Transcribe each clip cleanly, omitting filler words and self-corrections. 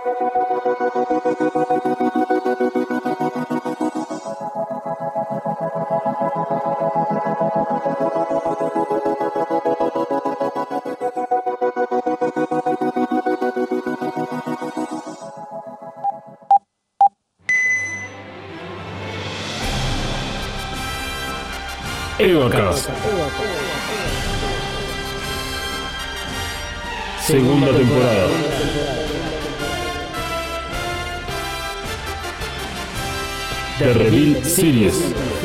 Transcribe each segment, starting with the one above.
EvaCast. Segunda temporada. The Reveal Series.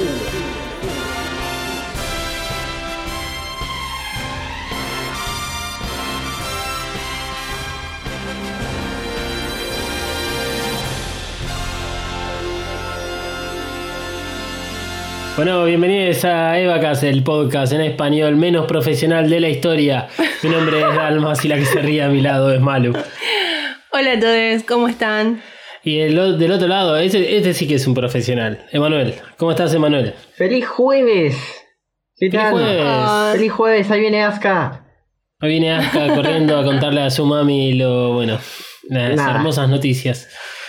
Bueno, bienvenidos a EvaCast, el podcast en español menos profesional de la historia. Mi nombre es Dalmas y la que se ríe a mi lado es Malu. Hola a todos, ¿cómo están? Y del otro lado, este sí que es un profesional. Emanuel, ¿cómo estás, Emanuel? ¡Feliz jueves! ¿Qué tal? ¡Feliz jueves! Ahí viene Aska. Ahí viene Aska corriendo a contarle a su mami las hermosas noticias.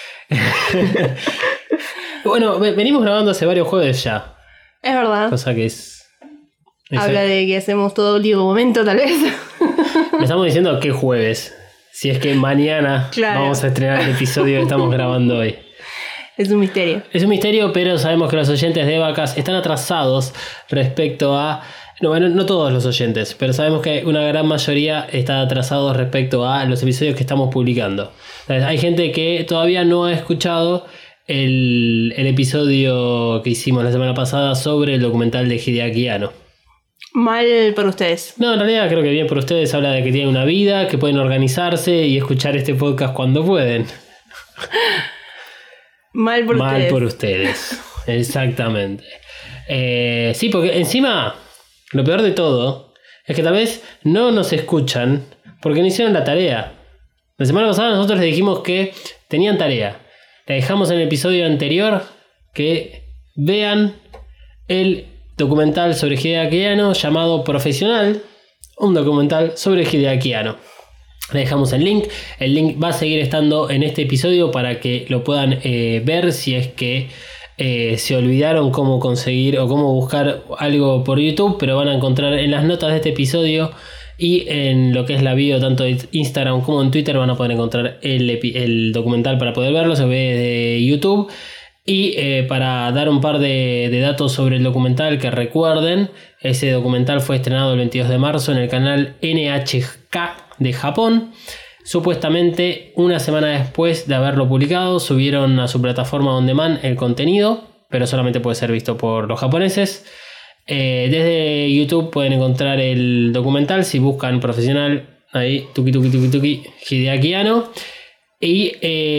Bueno, venimos grabando hace varios jueves ya. Es verdad. Cosa que es Habla de que hacemos todo último momento, tal vez. Me estamos diciendo que jueves. Si es que mañana vamos a estrenar el episodio que estamos grabando hoy. Es un misterio. Es un misterio, pero sabemos que los oyentes de EvaCast están atrasados respecto a... No todos los oyentes, pero sabemos que una gran mayoría está atrasados respecto a los episodios que estamos publicando. Hay gente que todavía no ha escuchado el episodio que hicimos la semana pasada sobre el documental de Hideaki Anno. Mal por ustedes. No, en realidad creo que bien por ustedes. Habla de que tienen una vida, que pueden organizarse y escuchar este podcast cuando pueden. Mal por ustedes. Exactamente. Sí, porque encima lo peor de todo es que tal vez no nos escuchan porque no hicieron la tarea. La semana pasada nosotros les dijimos que tenían tarea. La dejamos en el episodio anterior que vean el documental sobre Hideaki Anno llamado Profesional, un documental sobre Hideaki Anno. Le dejamos el link va a seguir estando en este episodio para que lo puedan ver si es que se olvidaron cómo conseguir o cómo buscar algo por YouTube, pero van a encontrar en las notas de este episodio y en lo que es la bio tanto de Instagram como en Twitter van a poder encontrar el documental para poder verlo. Se ve de YouTube. Y para dar un par de datos sobre el documental, que recuerden, ese documental fue estrenado el 22 de marzo en el canal NHK de Japón. Supuestamente una semana después de haberlo publicado subieron a su plataforma on demand el contenido, pero solamente puede ser visto por los japoneses. Desde YouTube pueden encontrar el documental si buscan Profesional, ahí tuki Hideaki Anno. Y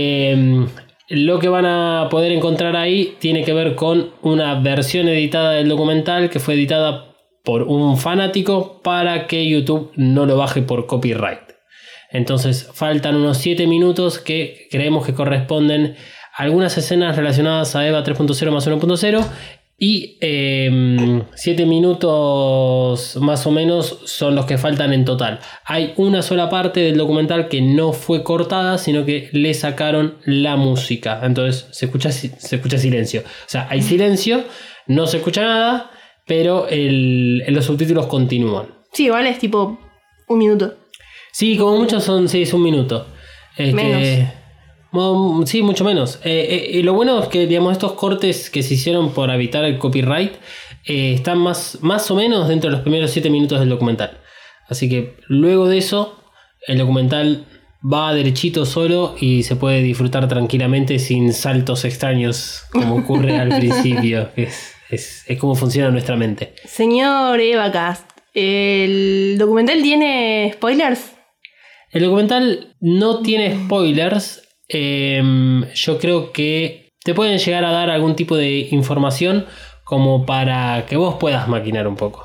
lo que van a poder encontrar ahí tiene que ver con una versión editada del documental que fue editada por un fanático para que YouTube no lo baje por copyright. Entonces faltan unos 7 minutos que creemos que corresponden a algunas escenas relacionadas a EVA 3.0 más 1.0 y 7 minutos más o menos son los que faltan en total. Hay una sola parte del documental que no fue cortada, sino que le sacaron la música. Entonces se escucha silencio. O sea, hay silencio, no se escucha nada, pero los subtítulos continúan. Sí, igual es tipo un minuto. Sí, como muchos es un minuto. Menos. Sí, mucho menos. Y lo bueno es que, digamos, estos cortes que se hicieron por evitar el copyright están más o menos dentro de los primeros 7 minutos del documental. Así que luego de eso, el documental va derechito solo y se puede disfrutar tranquilamente sin saltos extraños como ocurre al principio. Es como funciona nuestra mente. Señor EvaCast, ¿el documental tiene spoilers? El documental no tiene spoilers. Yo creo que te pueden llegar a dar algún tipo de información como para que vos puedas maquinar un poco.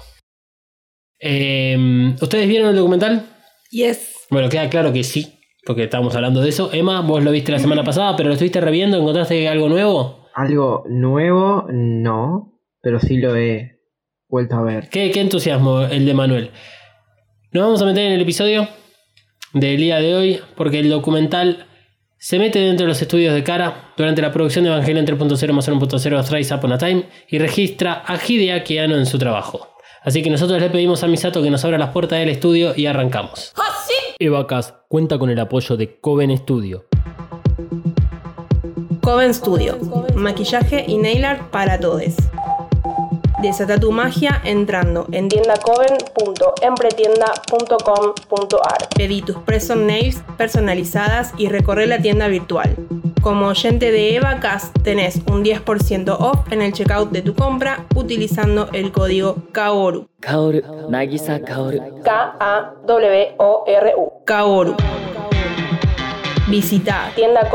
¿Ustedes vieron el documental? Yes. Bueno, queda claro que sí, porque estábamos hablando de eso. Emma, vos lo viste la semana pasada, pero lo estuviste reviendo. ¿Encontraste algo nuevo? Algo nuevo, no, pero sí lo he vuelto a ver. Qué entusiasmo el de Manuel. Nos vamos a meter en el episodio del día de hoy porque el documental se mete dentro de los estudios de Kara durante la producción de Evangelion 3.0 más 1.0 Thrice Upon a Time y registra a Hideaki Anno en su trabajo. Así que nosotros le pedimos a Misato que nos abra las puertas del estudio y arrancamos. Evacast cuenta con el apoyo de Coven Studio. Coven Studio, maquillaje y nail art para todos. Desata tu magia entrando en tiendacoven.empretienda.com.ar. Pedí tus press-on nails personalizadas y recorre la tienda virtual. Como oyente de Evacast tenés un 10% off en el checkout de tu compra utilizando el código KAORU. Kaoru, Nagisa Kaoru. KAWORU. KAORU. Visita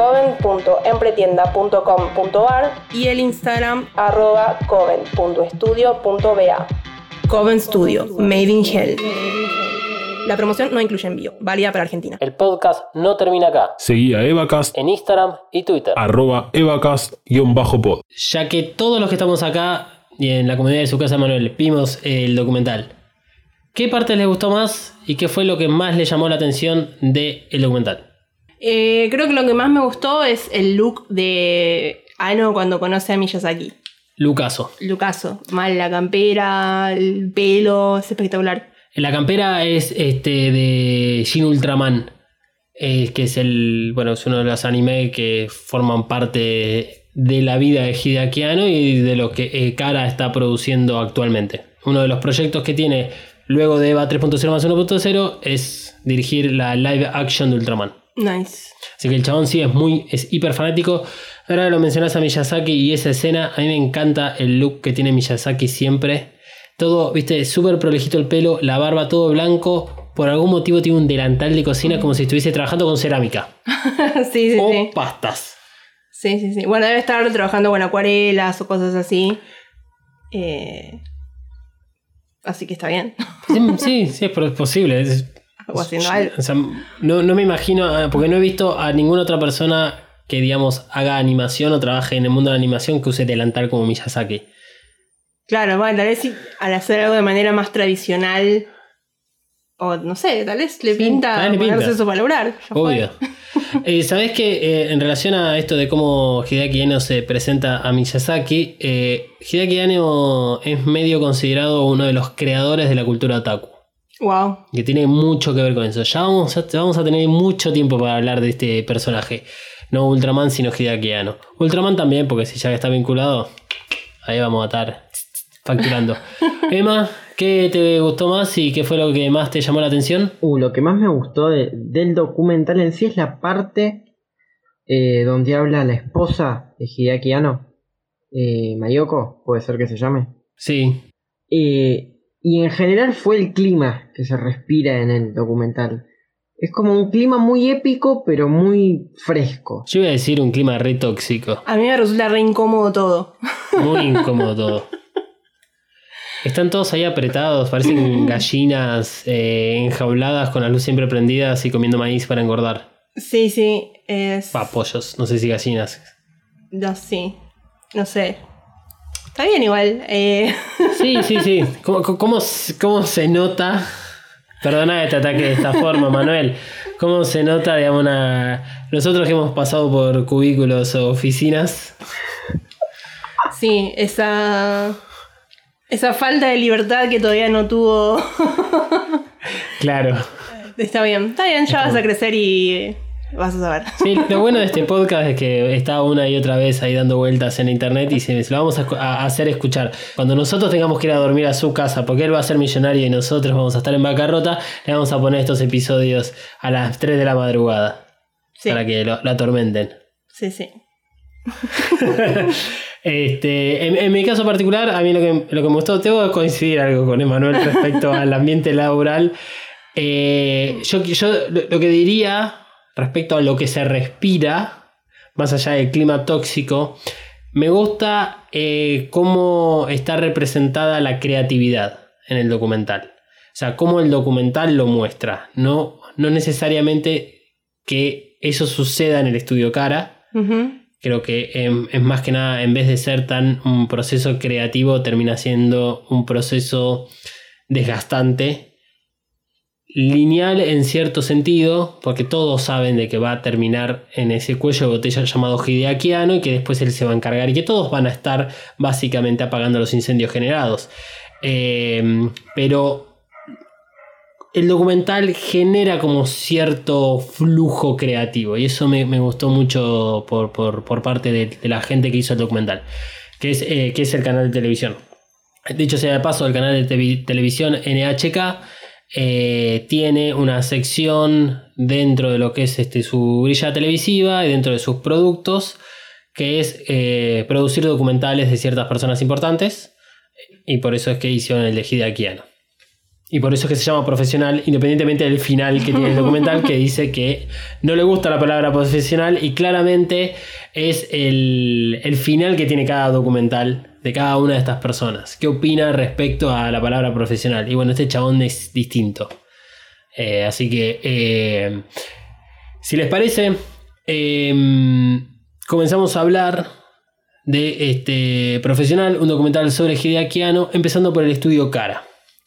tiendacoven.empretienda.com.ar y el Instagram @coven.studio.ba. Coven Studio, Made in Hell. La promoción no incluye envío, válida para Argentina. El podcast no termina acá. Seguí a Evacast En Instagram y Twitter. @evacast_pod. Ya que todos los que estamos acá y en la comunidad de su casa, Manuel, vimos el documental. ¿Qué parte les gustó más y qué fue lo que más les llamó la atención del documental? Creo que lo que más me gustó es el look de Anno cuando conoce a Miyazaki. Lucaso. Mal la campera, el pelo, es espectacular. La campera es de Shin Ultraman, que es es uno de los anime que forman parte de la vida de Hideaki Anno y de lo que Kara está produciendo actualmente. Uno de los proyectos que tiene luego de EVA 3.0 más 1.0 es dirigir la live action de Ultraman. Nice. Así que el chabón sí es hiper fanático. Ahora lo mencionás a Miyazaki y esa escena, a mí me encanta el look que tiene Miyazaki siempre. Todo, viste, súper prolijito el pelo, la barba todo blanco. Por algún motivo tiene un delantal de cocina como si estuviese trabajando con cerámica. Sí. O pastas. Sí. Bueno, debe estar trabajando con acuarelas o cosas así. Así que está bien. Sí, es posible. O haciendo algo. O sea, no me imagino, porque no he visto a ninguna otra persona que, digamos, haga animación o trabaje en el mundo de la animación que use delantal como Miyazaki. Claro, bueno, tal vez al hacer algo de manera más tradicional, o no sé, tal vez le pinta ponerse eso para lograr. Obvio. ¿Sabés que en relación a esto de cómo Hideaki Anno se presenta a Miyazaki, Hideaki Anno es medio considerado uno de los creadores de la cultura otaku? Wow. Que tiene mucho que ver con eso. Ya vamos a tener mucho tiempo para hablar de este personaje. No Ultraman, sino Hideaki Anno. Ultraman también, porque si ya está vinculado, ahí vamos a estar facturando. Emma, ¿qué te gustó más y qué fue lo que más te llamó la atención? Lo que más me gustó del documental en sí es la parte donde habla la esposa de Hideaki Anno, Mayoko, puede ser que se llame. Sí. Y en general fue el clima que se respira en el documental. Es como un clima muy épico, pero muy fresco. Yo iba a decir un clima re tóxico. A mí me resulta re incómodo todo. Muy incómodo todo. Están todos ahí apretados, parecen gallinas enjauladas con la luz siempre prendida y comiendo maíz para engordar. Sí. Pollos, no sé si gallinas. No, sí. No sé. Está bien igual. Sí. ¿Cómo se nota? Perdona que te ataque de esta forma, Manuel. ¿Cómo se nota, digamos, nosotros que hemos pasado por cubículos o oficinas? Sí, esa falta de libertad que todavía no tuvo. Claro. Está bien, ya vas a crecer y vas a saber. Sí, lo bueno de este podcast es que está una y otra vez ahí dando vueltas en internet y se lo vamos a hacer escuchar. Cuando nosotros tengamos que ir a dormir a su casa, porque él va a ser millonario y nosotros vamos a estar en bancarrota, le vamos a poner estos episodios a las 3 de la madrugada. Sí. Para que lo atormenten. Sí. En mi caso particular, a mí lo que me gustó, tengo que coincidir algo con Emanuel respecto al ambiente laboral. Yo lo que diría respecto a lo que se respira, más allá del clima tóxico, me gusta cómo está representada la creatividad en el documental. O sea, cómo el documental lo muestra. No necesariamente que eso suceda en el estudio Kara. Uh-huh. Creo que es más que nada, en vez de ser un proceso creativo, termina siendo un proceso desgastante lineal en cierto sentido, porque todos saben de que va a terminar en ese cuello de botella llamado Hideaki Anno y que después él se va a encargar y que todos van a estar básicamente apagando los incendios generados. Pero el documental genera como cierto flujo creativo y eso me gustó mucho por parte de la gente que hizo el documental, que es el canal de televisión. Dicho sea de paso, el canal de televisión NHK tiene una sección dentro de lo que es su grilla televisiva y dentro de sus productos, que es producir documentales de ciertas personas importantes, y por eso es que hicieron el de Hideaki Anno. Y por eso es que se llama profesional, independientemente del final que tiene el documental, que dice que no le gusta la palabra profesional y claramente es el final que tiene cada documental de cada una de estas personas. ¿Qué opina respecto a la palabra profesional? Y bueno, este chabón es distinto. Así que, si les parece, comenzamos a hablar de Profesional, un documental sobre Hideaki Anno, empezando por el estudio Kara.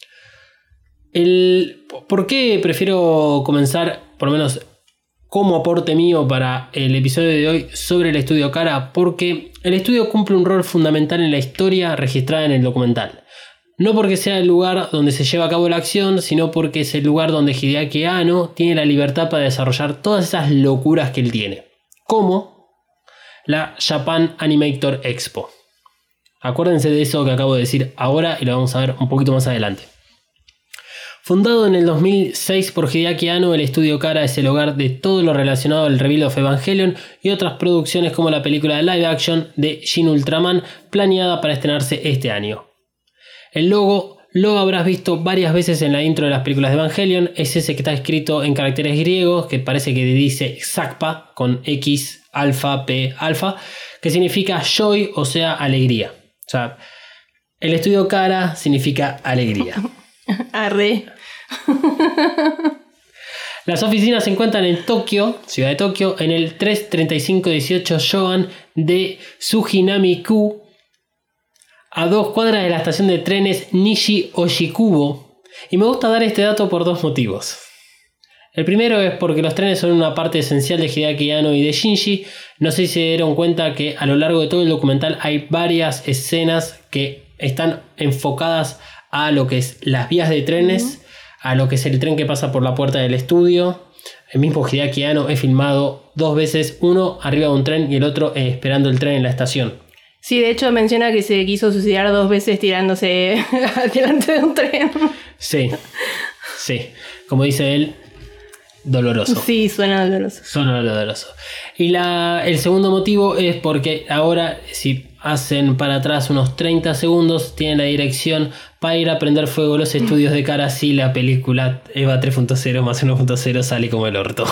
¿Por qué prefiero comenzar, por lo menos como aporte mío para el episodio de hoy, sobre el estudio Kara? Porque el estudio cumple un rol fundamental en la historia registrada en el documental. No porque sea el lugar donde se lleva a cabo la acción, sino porque es el lugar donde Hideaki Anno tiene la libertad para desarrollar todas esas locuras que él tiene. Como la Japan Animator Expo. Acuérdense de eso que acabo de decir ahora y lo vamos a ver un poquito más adelante. Fundado en el 2006 por Hideaki Anno, el estudio Kara es el hogar de todo lo relacionado al Reveal of Evangelion y otras producciones como la película de live action de Shin Ultraman, planeada para estrenarse este año. El logo lo habrás visto varias veces en la intro de las películas de Evangelion. Es ese que está escrito en caracteres griegos, que parece que dice Xakpa con X, alfa, P, alfa, que significa joy, o sea, alegría. O sea, el estudio Kara significa alegría. Arre. Las oficinas se encuentran en Tokio, ciudad de Tokio, en el 33518 Shogan de Suginami-ku, a 2 cuadras de la estación de trenes Nishi Oshikubo. Y me gusta dar este dato por 2 motivos. El primero es porque los trenes son una parte esencial de Hideaki Anno y de Shinji. No sé si se dieron cuenta que a lo largo de todo el documental hay varias escenas que están enfocadas a lo que es las vías de trenes, a lo que es el tren que pasa por la puerta del estudio. El mismo Hideaki Anno es filmado 2 veces, uno arriba de un tren y el otro esperando el tren en la estación. Sí, de hecho menciona que se quiso suicidar 2 veces tirándose delante de un tren. Sí, como dice él, doloroso. Sí, suena doloroso. Suena doloroso. Y el segundo motivo es porque ahora, si hacen para atrás unos 30 segundos, tienen la dirección para ir a prender fuego los estudios de Kara si la película EVA 3.0 más 1.0 sale como el orto.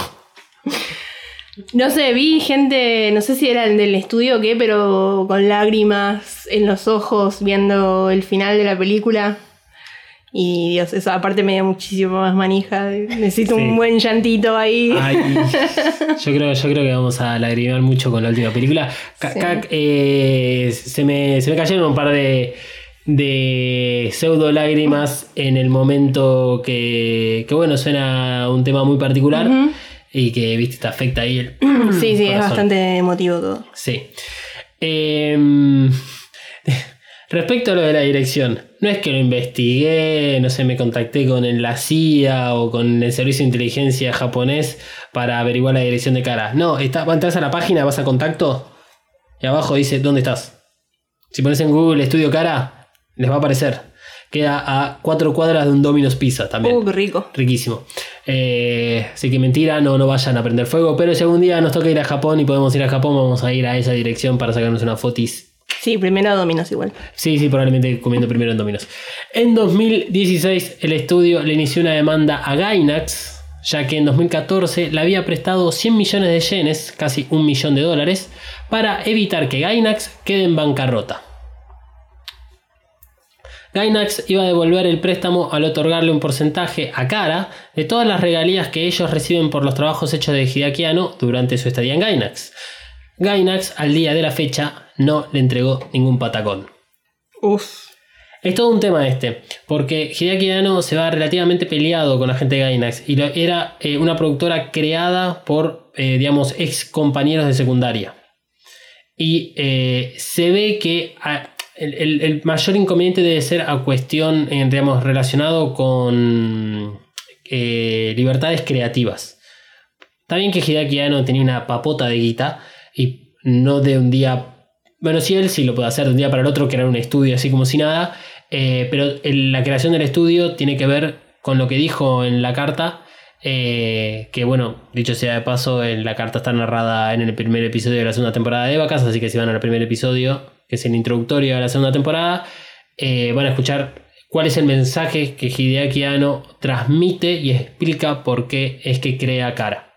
No sé, vi gente, no sé si era del estudio o qué, pero con lágrimas en los ojos viendo el final de la película. Y Dios, eso aparte me dio muchísimo más manija. Necesito un buen llantito ahí. Ay, yo creo que vamos a lagrimear mucho con la última película. Se me cayeron un par de pseudo lágrimas en el momento que bueno, suena un tema muy particular. Uh-huh. Y que, viste, te afecta ahí el sí, corazón. Es bastante emotivo todo. Sí. Respecto a lo de la dirección, no es que lo investigué, no sé, me contacté con la CIA o con el servicio de inteligencia japonés para averiguar la dirección de Kara. No, entras a la página, vas a contacto y abajo dice ¿dónde estás? Si pones en Google Estudio Kara, les va a aparecer. Queda a 4 cuadras de un Domino's Pizza también. Qué rico. Riquísimo. Así que mentira, no vayan a prender fuego. Pero si algún día nos toca ir a Japón y podemos ir a Japón, vamos a ir a esa dirección para sacarnos una fotis. Sí, primero a Domino's igual. Sí, probablemente comiendo primero en Domino's. En 2016 el estudio le inició una demanda a Gainax, ya que en 2014 le había prestado 100 millones de yenes, casi $1 millón, para evitar que Gainax quede en bancarrota. Gainax iba a devolver el préstamo al otorgarle un porcentaje a Kara de todas las regalías que ellos reciben por los trabajos hechos de Hideaki Anno durante su estadía en Gainax. Gainax, al día de la fecha, no le entregó ningún patacón. Uf. Es todo un tema porque Hideaki Anno se va relativamente peleado con la gente de Gainax y era una productora creada por, digamos, ex compañeros de secundaria. Y se ve que el mayor inconveniente debe ser a cuestión, digamos, relacionado con libertades creativas. Está bien que Hideaki Anno tenía una papota de guita y no de un día... Bueno, sí, él sí lo puede hacer de un día para el otro, crear un estudio así como si nada, pero la creación del estudio tiene que ver con lo que dijo en la carta, que bueno, dicho sea de paso, la carta está narrada en el primer episodio de la segunda temporada de Vacas, así que si van al primer episodio, que es el introductorio de la segunda temporada, van a escuchar cuál es el mensaje que Hideaki Anno transmite y explica por qué es que crea Kara.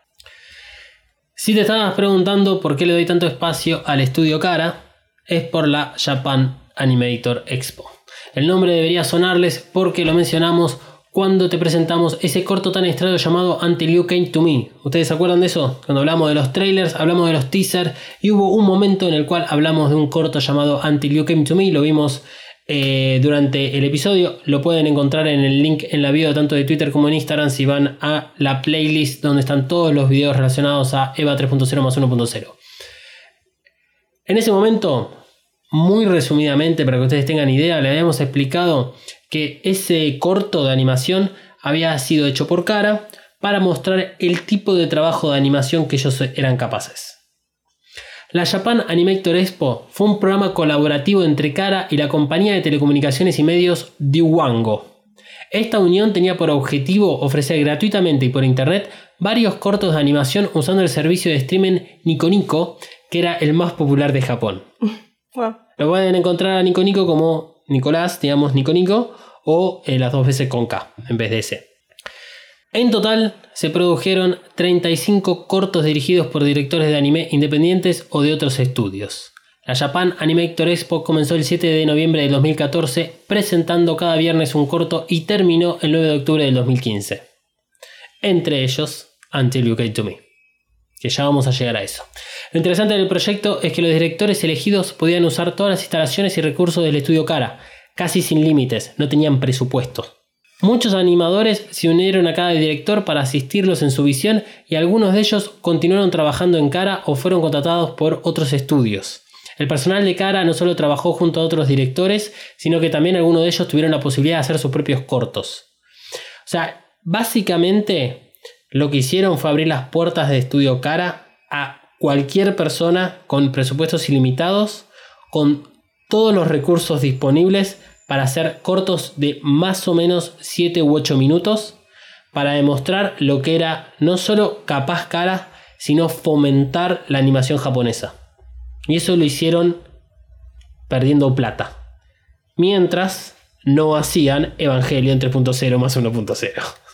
Si te estabas preguntando por qué le doy tanto espacio al estudio Kara, es por la Japan Animator Expo. El nombre debería sonarles porque lo mencionamos cuando te presentamos ese corto tan extraño llamado Until You Came to Me. ¿Ustedes se acuerdan de eso? Cuando hablamos de los trailers, hablamos de los teasers y hubo un momento en el cual hablamos de un corto llamado Until You Came to Me. Lo vimos durante el episodio. Lo pueden encontrar en el link en la bio tanto de Twitter como en Instagram si van a la playlist donde están todos los videos relacionados a EVA 3.0 más 1.0. En ese momento, muy resumidamente para que ustedes tengan idea, le habíamos explicado que ese corto de animación había sido hecho por Kara para mostrar el tipo de trabajo de animación que ellos eran capaces. La Japan Animator Expo fue un programa colaborativo entre Kara y la compañía de telecomunicaciones y medios Diwango. Esta unión tenía por objetivo ofrecer gratuitamente y por internet varios cortos de animación usando el servicio de streaming Nico Nico, que era el más popular de Japón. Wow. Lo pueden encontrar a Nico Nico como Nicolás, digamos Nico Nico, o las dos veces con K en vez de S. En total se produjeron 35 cortos dirigidos por directores de anime independientes o de otros estudios. La Japan Animator Expo comenzó el 7 de noviembre de 2014 presentando cada viernes un corto y terminó el 9 de octubre del 2015. Entre ellos, Until You Came to Me, que ya vamos a llegar a eso. Lo interesante del proyecto es que los directores elegidos podían usar todas las instalaciones y recursos del estudio Kara, casi sin límites, no tenían presupuesto. Muchos animadores se unieron a cada director para asistirlos en su visión y algunos de ellos continuaron trabajando en Kara o fueron contratados por otros estudios. El personal de Kara no solo trabajó junto a otros directores, sino que también algunos de ellos tuvieron la posibilidad de hacer sus propios cortos. O sea, básicamente lo que hicieron fue abrir las puertas de estudio Kara a cualquier persona con presupuestos ilimitados, con todos los recursos disponibles para hacer cortos de más o menos 7 u 8 minutos para demostrar lo que era no solo capaz Kara, sino fomentar la animación japonesa. Y eso lo hicieron perdiendo plata. Mientras no hacían Evangelion 3.0 más 1.0.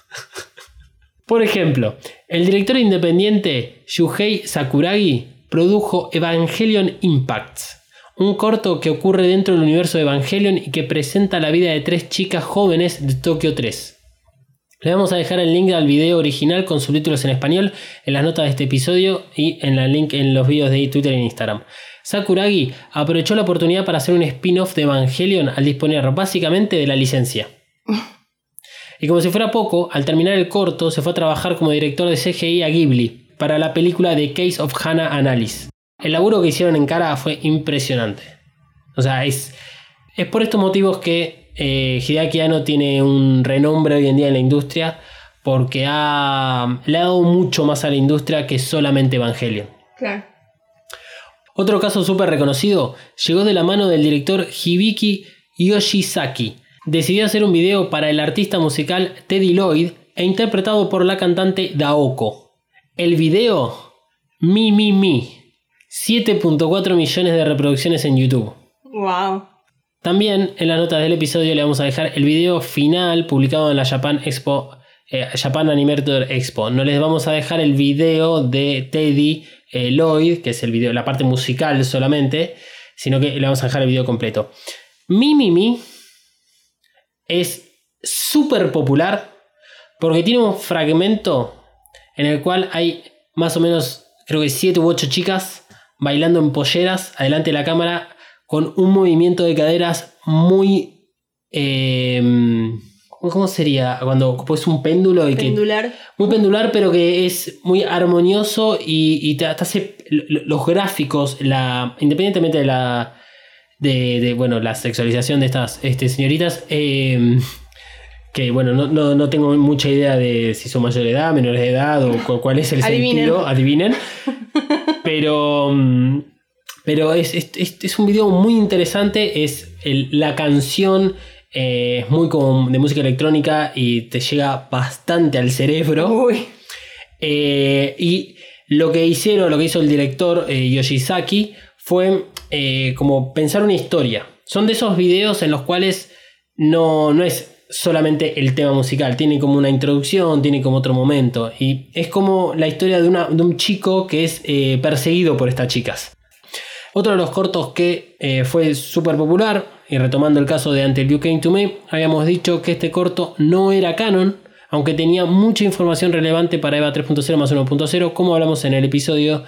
Por ejemplo, el director independiente Shuhei Sakuragi produjo Evangelion Impacts, un corto que ocurre dentro del universo de Evangelion y que presenta la vida de 3 chicas jóvenes de Tokio 3. Le vamos a dejar el link al video original con subtítulos en español en las notas de este episodio y en el link en los videos de Twitter e Instagram. Sakuragi aprovechó la oportunidad para hacer un spin-off de Evangelion al disponer básicamente de la licencia. Y como si fuera poco, al terminar el corto se fue a trabajar como director de CGI a Ghibli para la película The Case of Hannah and Alice. El laburo que hicieron en Kara fue impresionante. O sea, es por estos motivos que Hideaki Anno tiene un renombre hoy en día en la industria, porque le ha dado mucho más a la industria que solamente Evangelion. Claro. Otro caso súper reconocido llegó de la mano del director Hibiki Yoshizaki. Decidió hacer un video para el artista musical Teddy Lloyd e interpretado por la cantante Daoko. El video, Mi 7.4 millones de reproducciones en YouTube. Wow. También en las notas del episodio le vamos a dejar el video final publicado en la Japan Animator Expo. No les vamos a dejar el video de Teddy Lloyd, que es el video, la parte musical solamente, sino que le vamos a dejar el video completo. Mi es súper popular porque tiene un fragmento en el cual hay más o menos, creo que 7 u 8 chicas bailando en polleras adelante de la cámara con un movimiento de caderas muy ¿cómo sería? Cuando es un péndulo y Pendular. muy pendular, pero que es muy armonioso y te hace los gráficos, independientemente de la sexualización de estas señoritas, que bueno, no tengo mucha idea de si son mayores de edad, menores de edad o cuál es el sentido, adivinen. Pero es un video muy interesante, la canción es muy como de música electrónica y te llega bastante al cerebro. Uy. Y lo que hizo el director Yoshizaki fue como pensar una historia. Son de esos videos en los cuales no es solamente el tema musical, tiene como una introducción, tiene como otro momento, y es como la historia de un chico que es perseguido por estas chicas. Otro de los cortos que fue súper popular, y retomando el caso de Until You Came to Me, habíamos dicho que este corto no era canon, aunque tenía mucha información relevante para EVA 3.0 más 1.0, como hablamos en el episodio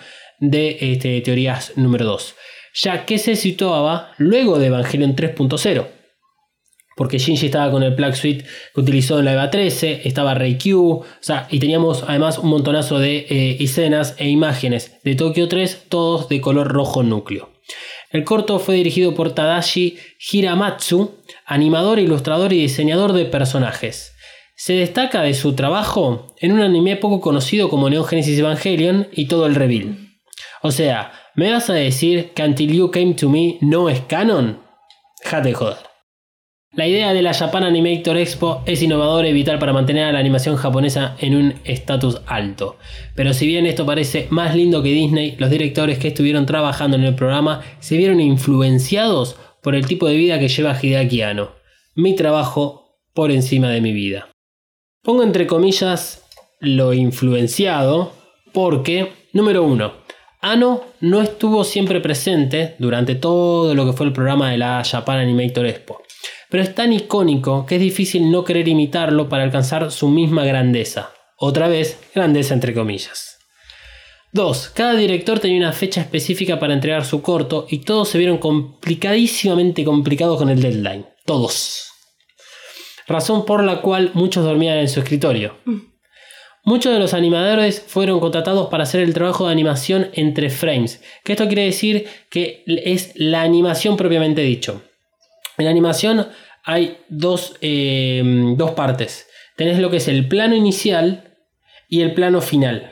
de teorías número 2, ya que se situaba luego de Evangelion 3.0. Porque Shinji estaba con el Plug Suite que utilizó en la EVA 13, estaba Reikyu, y teníamos además un montonazo de escenas e imágenes de Tokyo 3, todos de color rojo núcleo. El corto fue dirigido por Tadashi Hiramatsu, animador, ilustrador y diseñador de personajes. Se destaca de su trabajo en un anime poco conocido como Neon Genesis Evangelion y todo el reveal. O sea, ¿me vas a decir que Until You Came to Me no es canon? Jate de joder. La idea de la Japan Animator Expo es innovadora y vital para mantener a la animación japonesa en un estatus alto. Pero si bien esto parece más lindo que Disney, los directores que estuvieron trabajando en el programa se vieron influenciados por el tipo de vida que lleva Hideaki Anno. Mi trabajo por encima de mi vida. Pongo entre comillas lo influenciado porque, número 1, Anno no estuvo siempre presente durante todo lo que fue el programa de la Japan Animator Expo. Pero es tan icónico que es difícil no querer imitarlo para alcanzar su misma grandeza. Otra vez, grandeza entre comillas. 2. Cada director tenía una fecha específica para entregar su corto y todos se vieron complicadísimamente complicados con el deadline. Todos. Razón por la cual muchos dormían en su escritorio. Muchos de los animadores fueron contratados para hacer el trabajo de animación entre frames. Que esto quiere decir que es la animación propiamente dicho. En la animación hay dos partes. Tenés lo que es el plano inicial y el plano final.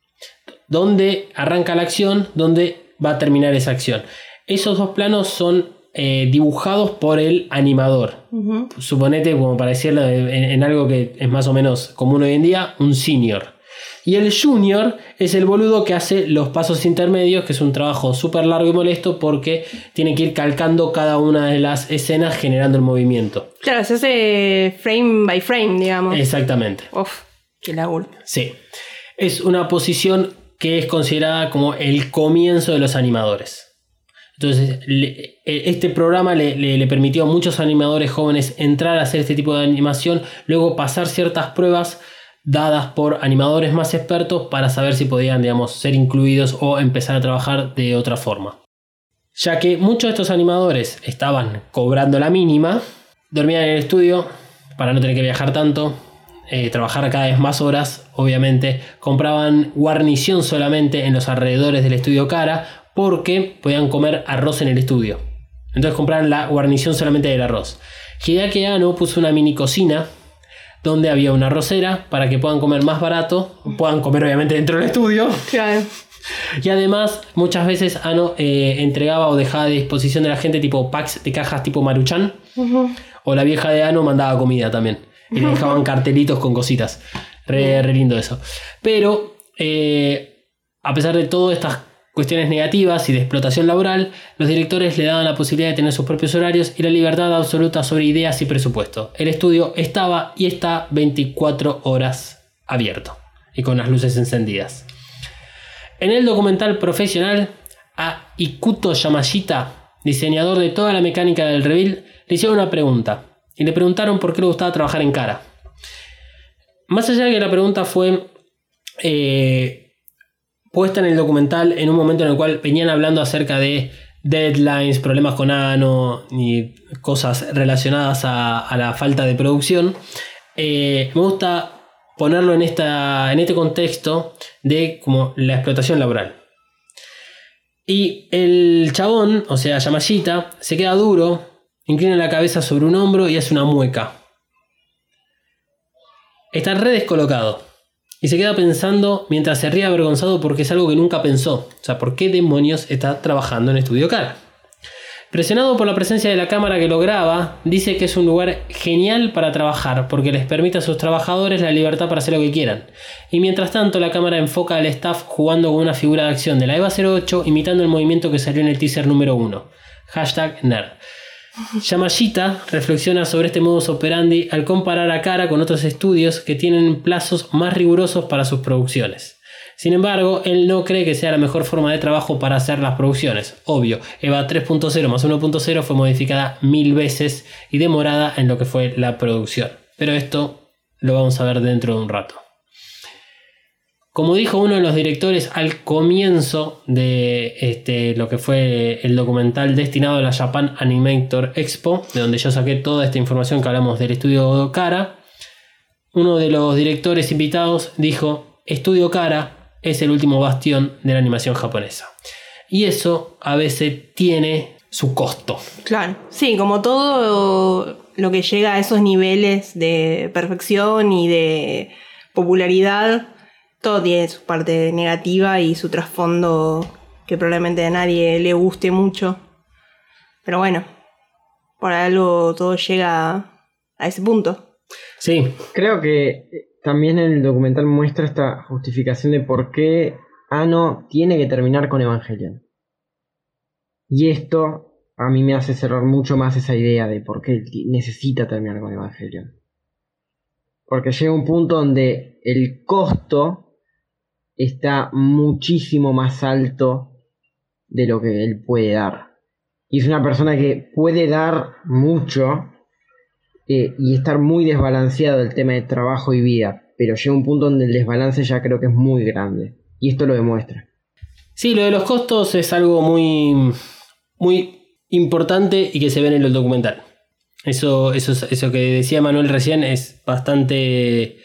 Donde arranca la acción, donde va a terminar esa acción. Esos dos planos son dibujados por el animador. Uh-huh. Suponete, como para decirlo en algo que es más o menos común hoy en día, un senior. Y el junior es el boludo que hace los pasos intermedios, que es un trabajo súper largo y molesto porque tiene que ir calcando cada una de las escenas generando el movimiento. Claro, se hace frame by frame, digamos. Exactamente. Uf, qué laburo. Sí. Es una posición que es considerada como el comienzo de los animadores. Entonces, este programa le permitió a muchos animadores jóvenes entrar a hacer este tipo de animación, luego pasar ciertas pruebas dadas por animadores más expertos para saber si podían, ser incluidos o empezar a trabajar de otra forma. Ya que muchos de estos animadores estaban cobrando la mínima, dormían en el estudio para no tener que viajar tanto, trabajar cada vez más horas, obviamente, compraban guarnición solamente en los alrededores del estudio Kara porque podían comer arroz en el estudio. Entonces compraban la guarnición solamente del arroz. Hideaki Anno puso una mini cocina donde había una arrocera para que puedan comer más barato, puedan comer obviamente dentro del estudio. Claro. Y además muchas veces Anno entregaba o dejaba a disposición de la gente tipo packs de cajas tipo Maruchan. Uh-huh. O la vieja de Anno mandaba comida también. Y le dejaban cartelitos con cositas. Re lindo eso. Pero a pesar de todas estas cuestiones negativas y de explotación laboral, los directores le daban la posibilidad de tener sus propios horarios y la libertad absoluta sobre ideas y presupuesto. El estudio estaba y está 24 horas abierto y con las luces encendidas. En el documental profesional, a Ikuto Yamashita, diseñador de toda la mecánica del reveal, le hicieron una pregunta y le preguntaron por qué le gustaba trabajar en Kara. Más allá de que la pregunta fue puesta en el documental en un momento en el cual venían hablando acerca de deadlines, problemas con Ano y cosas relacionadas a la falta de producción, me gusta ponerlo en este contexto de como la explotación laboral. Y el chabón, o sea, Yamashita, se queda duro, inclina la cabeza sobre un hombro y hace una mueca. Está re descolocado. Y se queda pensando mientras se ríe avergonzado porque es algo que nunca pensó. O sea, ¿por qué demonios está trabajando en Estudio Kara? Presionado por la presencia de la cámara que lo graba, dice que es un lugar genial para trabajar porque les permite a sus trabajadores la libertad para hacer lo que quieran. Y mientras tanto la cámara enfoca al staff jugando con una figura de acción de la EVA 08 imitando el movimiento que salió en el teaser número 1. #nerd. Yamashita reflexiona sobre este modus operandi al comparar a Kara con otros estudios que tienen plazos más rigurosos para sus producciones. Sin embargo, él no cree que sea la mejor forma de trabajo para hacer las producciones. Obvio, EVA 3.0 más 1.0 fue modificada 1000 veces y demorada en lo que fue la producción. Pero esto lo vamos a ver dentro de un rato. Como dijo uno de los directores al comienzo de lo que fue el documental destinado a la Japan Animator Expo, de donde yo saqué toda esta información que hablamos del estudio Kara, uno de los directores invitados dijo: Estudio Kara es el último bastión de la animación japonesa. Y eso a veces tiene su costo. Claro, sí, como todo lo que llega a esos niveles de perfección y de popularidad, todo tiene su parte negativa y su trasfondo que probablemente a nadie le guste mucho. Pero bueno, por algo todo llega a ese punto. Sí. Creo que también el documental muestra esta justificación de por qué Ano tiene que terminar con Evangelion. Y esto a mí me hace cerrar mucho más esa idea de por qué necesita terminar con Evangelion. Porque llega un punto donde el costo está muchísimo más alto de lo que él puede dar. Y es una persona que puede dar mucho y estar muy desbalanceado el tema de trabajo y vida. Pero llega un punto donde el desbalance ya creo que es muy grande. Y esto lo demuestra. Sí, lo de los costos es algo muy, muy importante y que se ve en el documental. Eso que decía Manuel recién es bastante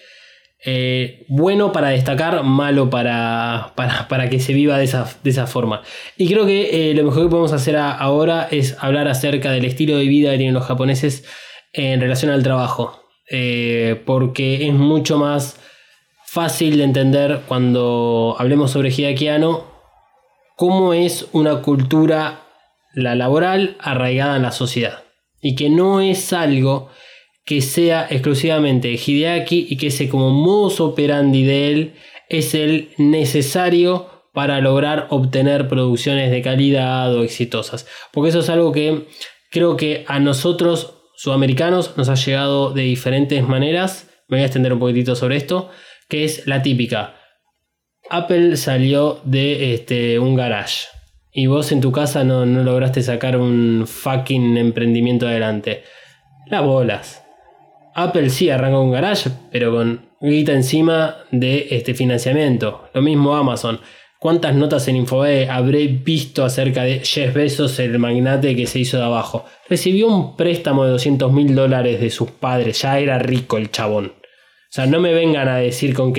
bueno para destacar, malo para que se viva de esa forma. Y creo que lo mejor que podemos hacer ahora es hablar acerca del estilo de vida que tienen los japoneses en relación al trabajo. Porque es mucho más fácil de entender cuando hablemos sobre Hideaki Anno cómo es una cultura, la laboral, arraigada en la sociedad. Y que no es algo que sea exclusivamente Hideaki y que ese como modus operandi de él es el necesario para lograr obtener producciones de calidad o exitosas. Porque eso es algo que creo que a nosotros sudamericanos nos ha llegado de diferentes maneras. Me voy a extender un poquitito sobre esto, que es la típica. Apple salió de un garage y vos en tu casa no lograste sacar un fucking emprendimiento adelante. Las bolas. Apple sí arrancó un garage, pero con guita encima de financiamiento. Lo mismo Amazon. ¿Cuántas notas en Infobae habré visto acerca de Jeff Bezos, el magnate que se hizo de abajo? Recibió un préstamo de $200.000 de sus padres. Ya era rico el chabón. O sea, no me vengan a decir con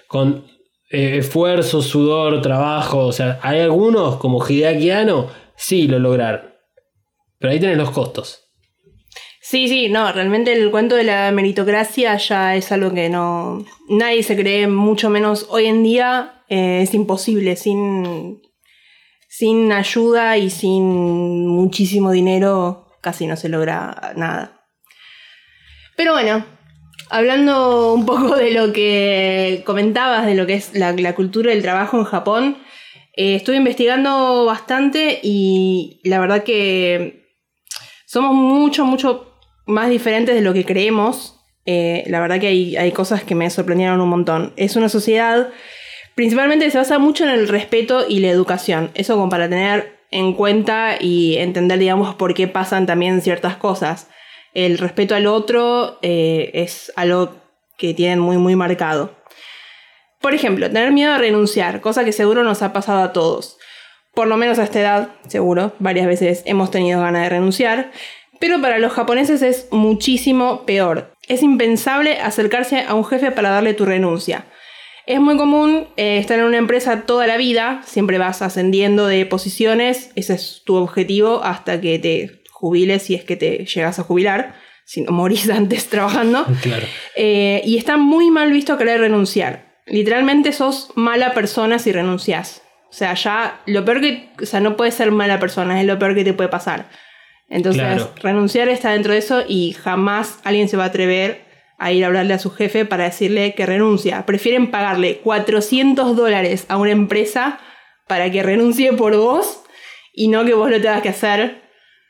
esfuerzo, sudor, trabajo. O sea, hay algunos como Hideaki Anno, sí lo lograron. Pero ahí tenés los costos. Sí, no, realmente el cuento de la meritocracia ya es algo que nadie se cree, mucho menos hoy en día. Es imposible, sin ayuda y sin muchísimo dinero casi no se logra nada. Pero bueno, hablando un poco de lo que comentabas, de lo que es la cultura del trabajo en Japón, estuve investigando bastante y la verdad que somos mucho más diferentes de lo que creemos. La verdad que hay cosas que me sorprendieron un montón. Es una sociedad principalmente se basa mucho en el respeto y la educación. Eso como para tener en cuenta y entender, digamos, por qué pasan también ciertas cosas. El respeto al otro es algo que tienen muy marcado. Por ejemplo, tener miedo a renunciar, cosa que seguro nos ha pasado a todos. Por lo menos a esta edad, seguro, varias veces hemos tenido ganas de renunciar. Pero para los japoneses es muchísimo peor. Es impensable acercarse a un jefe para darle tu renuncia. Es muy común estar en una empresa toda la vida, siempre vas ascendiendo de posiciones, ese es tu objetivo hasta que te jubiles, si es que te llegas a jubilar, si no morís antes trabajando. Claro. Y está muy mal visto querer renunciar. Literalmente sos mala persona si renunciás. O sea, ya lo peor que... O sea, no puedes ser mala persona, es lo peor que te puede pasar. Entonces, claro, renunciar está dentro de eso y jamás alguien se va a atrever a ir a hablarle a su jefe para decirle que renuncia. Prefieren pagarle $400 a una empresa para que renuncie por vos y no que vos lo tengas que hacer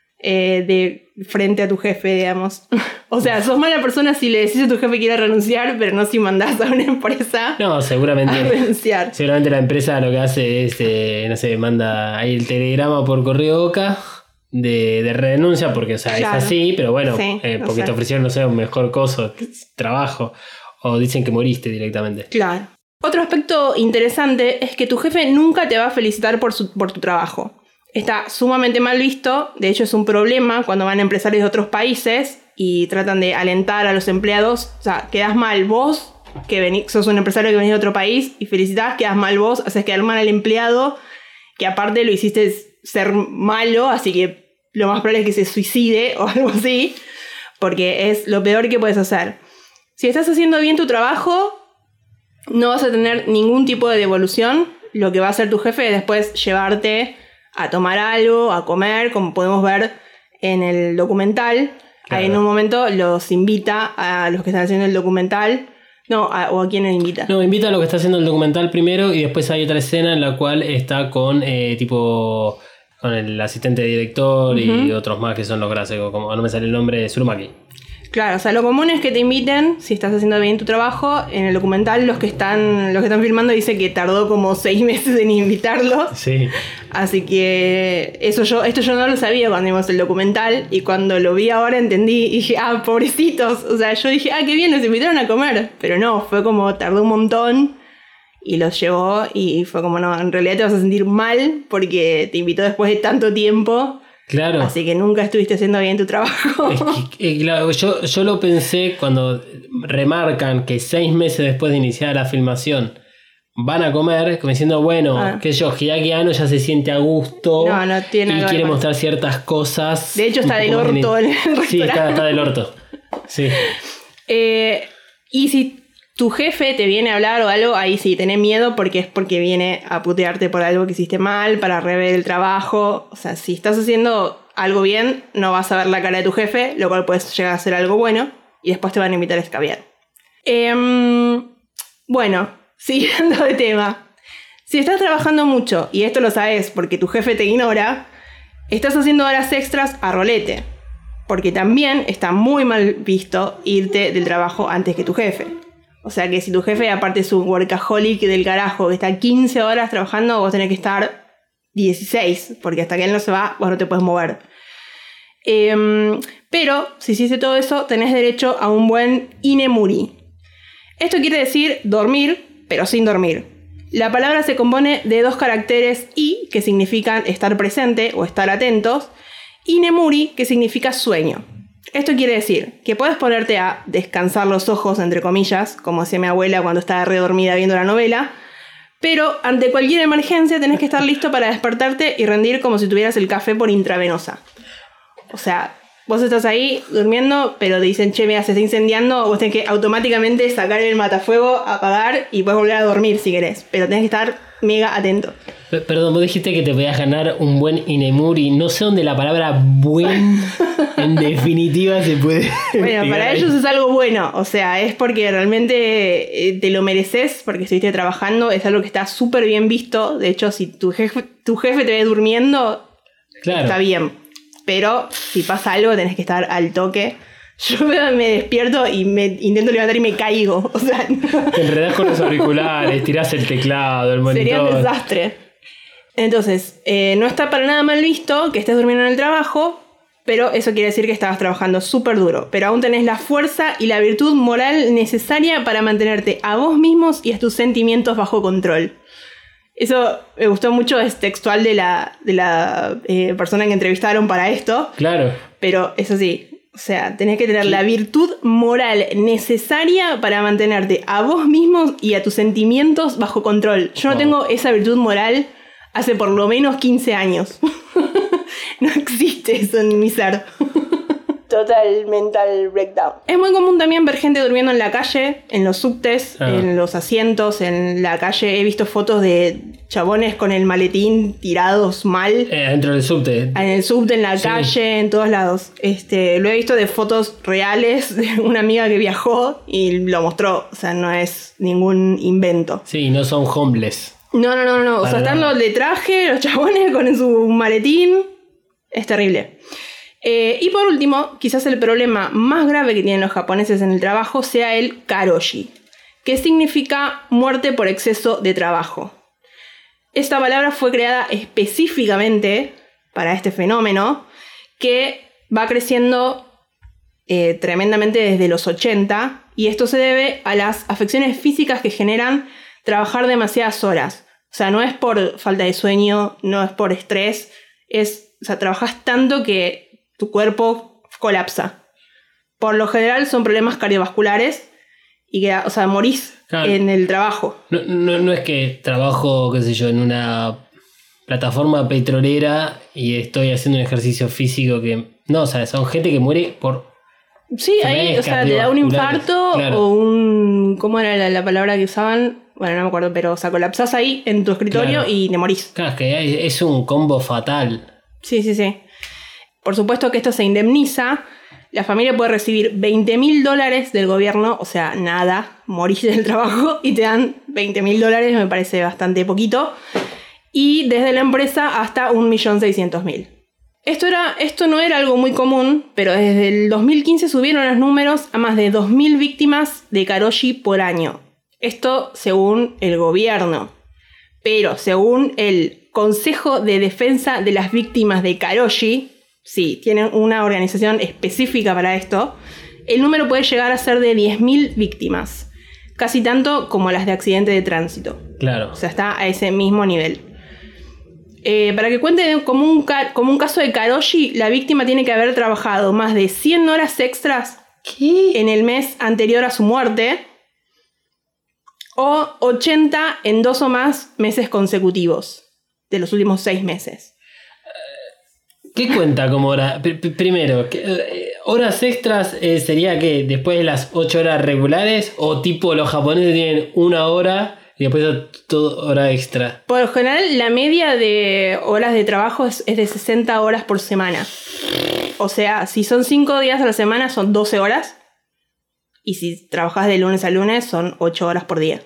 de frente a tu jefe, digamos. O sea, sos mala persona si le decís a tu jefe que quiere renunciar, pero no si mandás a una empresa seguramente, a renunciar. Seguramente la empresa lo que hace es, no sé, manda ahí el telegrama por correo Boca de renuncia, porque o sea, claro, es así, pero bueno, sí, porque te ofrecieron, no sé, un mejor coso, trabajo, o dicen que moriste directamente. Claro. Otro aspecto interesante es que tu jefe nunca te va a felicitar por tu trabajo. Está sumamente mal visto, de hecho es un problema cuando van empresarios de otros países y tratan de alentar a los empleados. O sea, quedás mal vos, que sos un empresario que venís de otro país y felicitás, quedás mal vos, haces quedar mal al empleado, que aparte lo hiciste ser malo, así que lo más probable es que se suicide o algo así, porque es lo peor que puedes hacer. Si estás haciendo bien tu trabajo, no vas a tener ningún tipo de devolución. Lo que va a hacer tu jefe es después llevarte a tomar algo, a comer, como podemos ver en el documental. Claro. Ahí en un momento los invita a los que están haciendo el documental. ¿O a quién invita? No, invita a los que está haciendo el documental primero y después hay otra escena en la cual está con con el asistente de director y otros más que son los gráficos, como no me sale el nombre, de Tsurumaki. Claro, o sea, lo común es que te inviten, si estás haciendo bien tu trabajo. En el documental los que están filmando dicen que tardó como 6 meses en invitarlos. Sí. Así que esto yo no lo sabía cuando vimos el documental, y cuando lo vi ahora entendí y dije, pobrecitos. O sea, yo dije, qué bien, nos invitaron a comer. Pero no, fue como tardó un montón y los llevó y fue como, no, en realidad te vas a sentir mal porque te invitó después de tanto tiempo. Claro. Así que nunca estuviste haciendo bien tu trabajo. Claro, yo lo pensé cuando remarcan que 6 meses después de iniciar la filmación van a comer, como diciendo, bueno, que Hideaki Anno ya se siente a gusto no tiene y quiere mostrar ciertas cosas. De hecho está del orto el restaurante. Sí, está del orto. Sí. Y si tu jefe te viene a hablar o algo, ahí sí, tenés miedo porque es porque viene a putearte por algo que hiciste mal, para rever el trabajo. O sea, si estás haciendo algo bien, no vas a ver la cara de tu jefe, lo cual puede llegar a ser algo bueno, y después te van a invitar a escabiar. Bueno, siguiendo de tema. Si estás trabajando mucho, y esto lo sabes porque tu jefe te ignora, estás haciendo horas extras a rolete, porque también está muy mal visto irte del trabajo antes que tu jefe. O sea que si tu jefe aparte es un workaholic del carajo que está 15 horas trabajando, vos tenés que estar 16, porque hasta que él no se va, vos no te puedes mover. Pero si hiciste todo eso, tenés derecho a un buen inemuri. Esto quiere decir dormir, pero sin dormir. La palabra se compone de 2 caracteres i, que significan estar presente o estar atentos, y nemuri, que significa sueño. Esto quiere decir que puedes ponerte a descansar los ojos, entre comillas, como hacía mi abuela cuando estaba redormida viendo la novela, pero ante cualquier emergencia tenés que estar listo para despertarte y rendir como si tuvieras el café por intravenosa. O sea, vos estás ahí durmiendo, pero te dicen, che, mira, se está incendiando, vos tenés que automáticamente sacar el matafuego, apagar y puedes volver a dormir si querés, pero tenés que estar mega atento. Perdón, vos dijiste que te podías ganar un buen inemuri. No sé dónde la palabra buen en definitiva se puede. Bueno, para ellos es algo bueno. O sea, es porque realmente te lo mereces, porque estuviste trabajando. Es algo que está súper bien visto. De hecho, si tu jefe te ve durmiendo, claro, está bien. Pero si pasa algo, tenés que estar al toque. Yo me despierto y me intento levantar y me caigo. O sea, te enredás con los auriculares, tirás el teclado, el monitor. Sería un desastre. Entonces, no está para nada mal visto que estés durmiendo en el trabajo, pero eso quiere decir que estabas trabajando súper duro. Pero aún tenés la fuerza y la virtud moral necesaria para mantenerte a vos mismos y a tus sentimientos bajo control. Eso me gustó mucho, es textual de la persona que entrevistaron para esto. Claro. Pero eso sí, o sea, tenés que tener la virtud moral necesaria para mantenerte a vos mismo y a tus sentimientos bajo control. Yo no tengo esa virtud moral hace por lo menos 15 años. No existe eso en mi ser. Total mental breakdown. Es muy común también ver gente durmiendo en la calle, en los subtes, en los asientos, en la calle. He visto fotos de chabones con el maletín tirados mal. Dentro del subte. En el subte, en la calle, en todos lados. Lo he visto de fotos reales de una amiga que viajó y lo mostró. O sea, no es ningún invento. Sí, no son homeless. No. O sea, están los de traje, los chabones con su maletín. Es terrible. Y por último, quizás el problema más grave que tienen los japoneses en el trabajo sea el karoshi, que significa muerte por exceso de trabajo. Esta palabra fue creada específicamente para este fenómeno, que va creciendo tremendamente desde los 80, y esto se debe a las afecciones físicas que generan trabajar demasiadas horas. O sea, no es por falta de sueño, no es por estrés, o sea, trabajas tanto que tu cuerpo colapsa. Por lo general son problemas cardiovasculares y que, o sea, morís en el trabajo. No es que trabajo, qué sé yo, en una plataforma petrolera y estoy haciendo un ejercicio físico que... No, o sea, son gente que muere por... Sí, ahí, o sea, te da un infarto o un... ¿Cómo era la palabra que usaban? Bueno, no me acuerdo, pero, o sea, colapsás ahí en tu escritorio y te morís. Claro, es que es un combo fatal. Sí. Por supuesto que esto se indemniza. La familia puede recibir $20.000 del gobierno, o sea, nada, morís del trabajo y te dan $20.000, me parece bastante poquito. Y desde la empresa hasta 1.600.000. Esto no era algo muy común, pero desde el 2015 subieron los números a más de 2.000 víctimas de karoshi por año. Esto según el gobierno. Pero según el Consejo de Defensa de las Víctimas de Karoshi, sí, tienen una organización específica para esto, el número puede llegar a ser de 10.000 víctimas. Casi tanto como las de accidente de tránsito. Claro. O sea, está a ese mismo nivel. Para que cuente como un caso de karoshi, la víctima tiene que haber trabajado más de 100 horas extras en el mes anterior a su muerte, o 80 en 2 o más meses consecutivos de los últimos 6 meses. ¿Qué cuenta como hora? Primero, ¿horas extras sería que después de las 8 horas regulares? ¿O tipo los japoneses tienen 1 hora y después todo hora extra? Por lo general, la media de horas de trabajo es de 60 horas por semana. O sea, si son 5 días a la semana, son 12 horas. Y si trabajas de lunes a lunes, son 8 horas por día.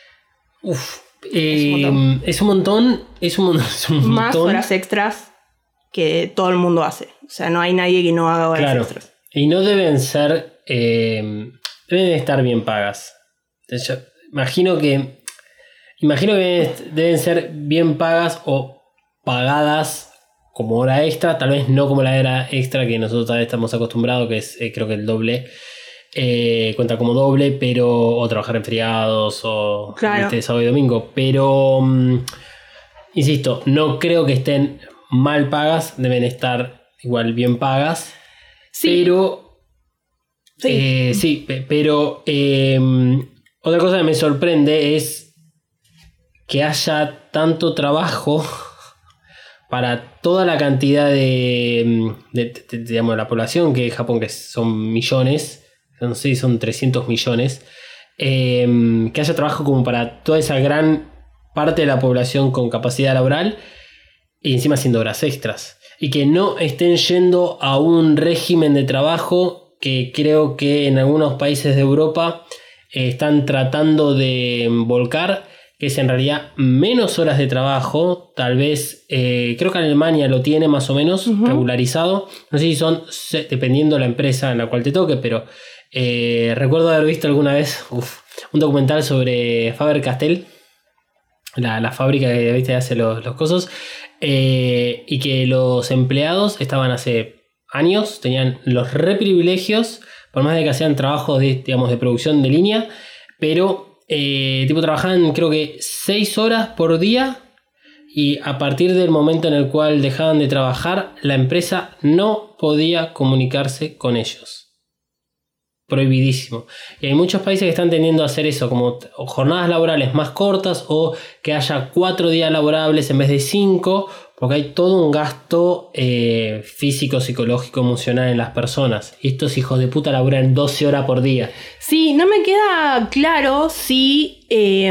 Es un montón. Más horas extras que todo el mundo hace. O sea, no hay nadie que no haga horas extras. Y no deben ser... deben estar bien pagas. Yo imagino que deben ser bien pagas o pagadas como hora extra. Tal vez no como la hora extra que nosotros tal vez estamos acostumbrados, que es creo que el doble. Cuenta como doble, pero o trabajar en feriados o sábado y domingo, pero insisto, no creo que estén mal pagas, deben estar igual bien pagas, pero otra cosa que me sorprende es que haya tanto trabajo para toda la cantidad de digamos, la población que es Japón, que son millones. No sé si son 300 millones, que haya trabajo como para toda esa gran parte de la población con capacidad laboral y encima haciendo horas extras. Y que no estén yendo a un régimen de trabajo que creo que en algunos países de Europa están tratando de volcar, que es en realidad menos horas de trabajo. Tal vez, creo que Alemania lo tiene más o menos regularizado. No sé si son, dependiendo de la empresa en la cual te toque, pero... recuerdo haber visto alguna vez un documental sobre Faber-Castell, la fábrica que ¿viste? Hace los cosos, y que los empleados estaban hace años, tenían los re privilegios, por más de que hacían trabajos de producción de línea, pero tipo trabajaban creo que 6 horas por día y a partir del momento en el cual dejaban de trabajar, la empresa no podía comunicarse con ellos. Prohibidísimo. Y hay muchos países que están tendiendo a hacer eso, como jornadas laborales más cortas o que haya 4 días laborables en vez de 5, porque hay todo un gasto físico, psicológico, emocional en las personas. Y estos hijos de puta laburan 12 horas por día. Sí, no me queda claro si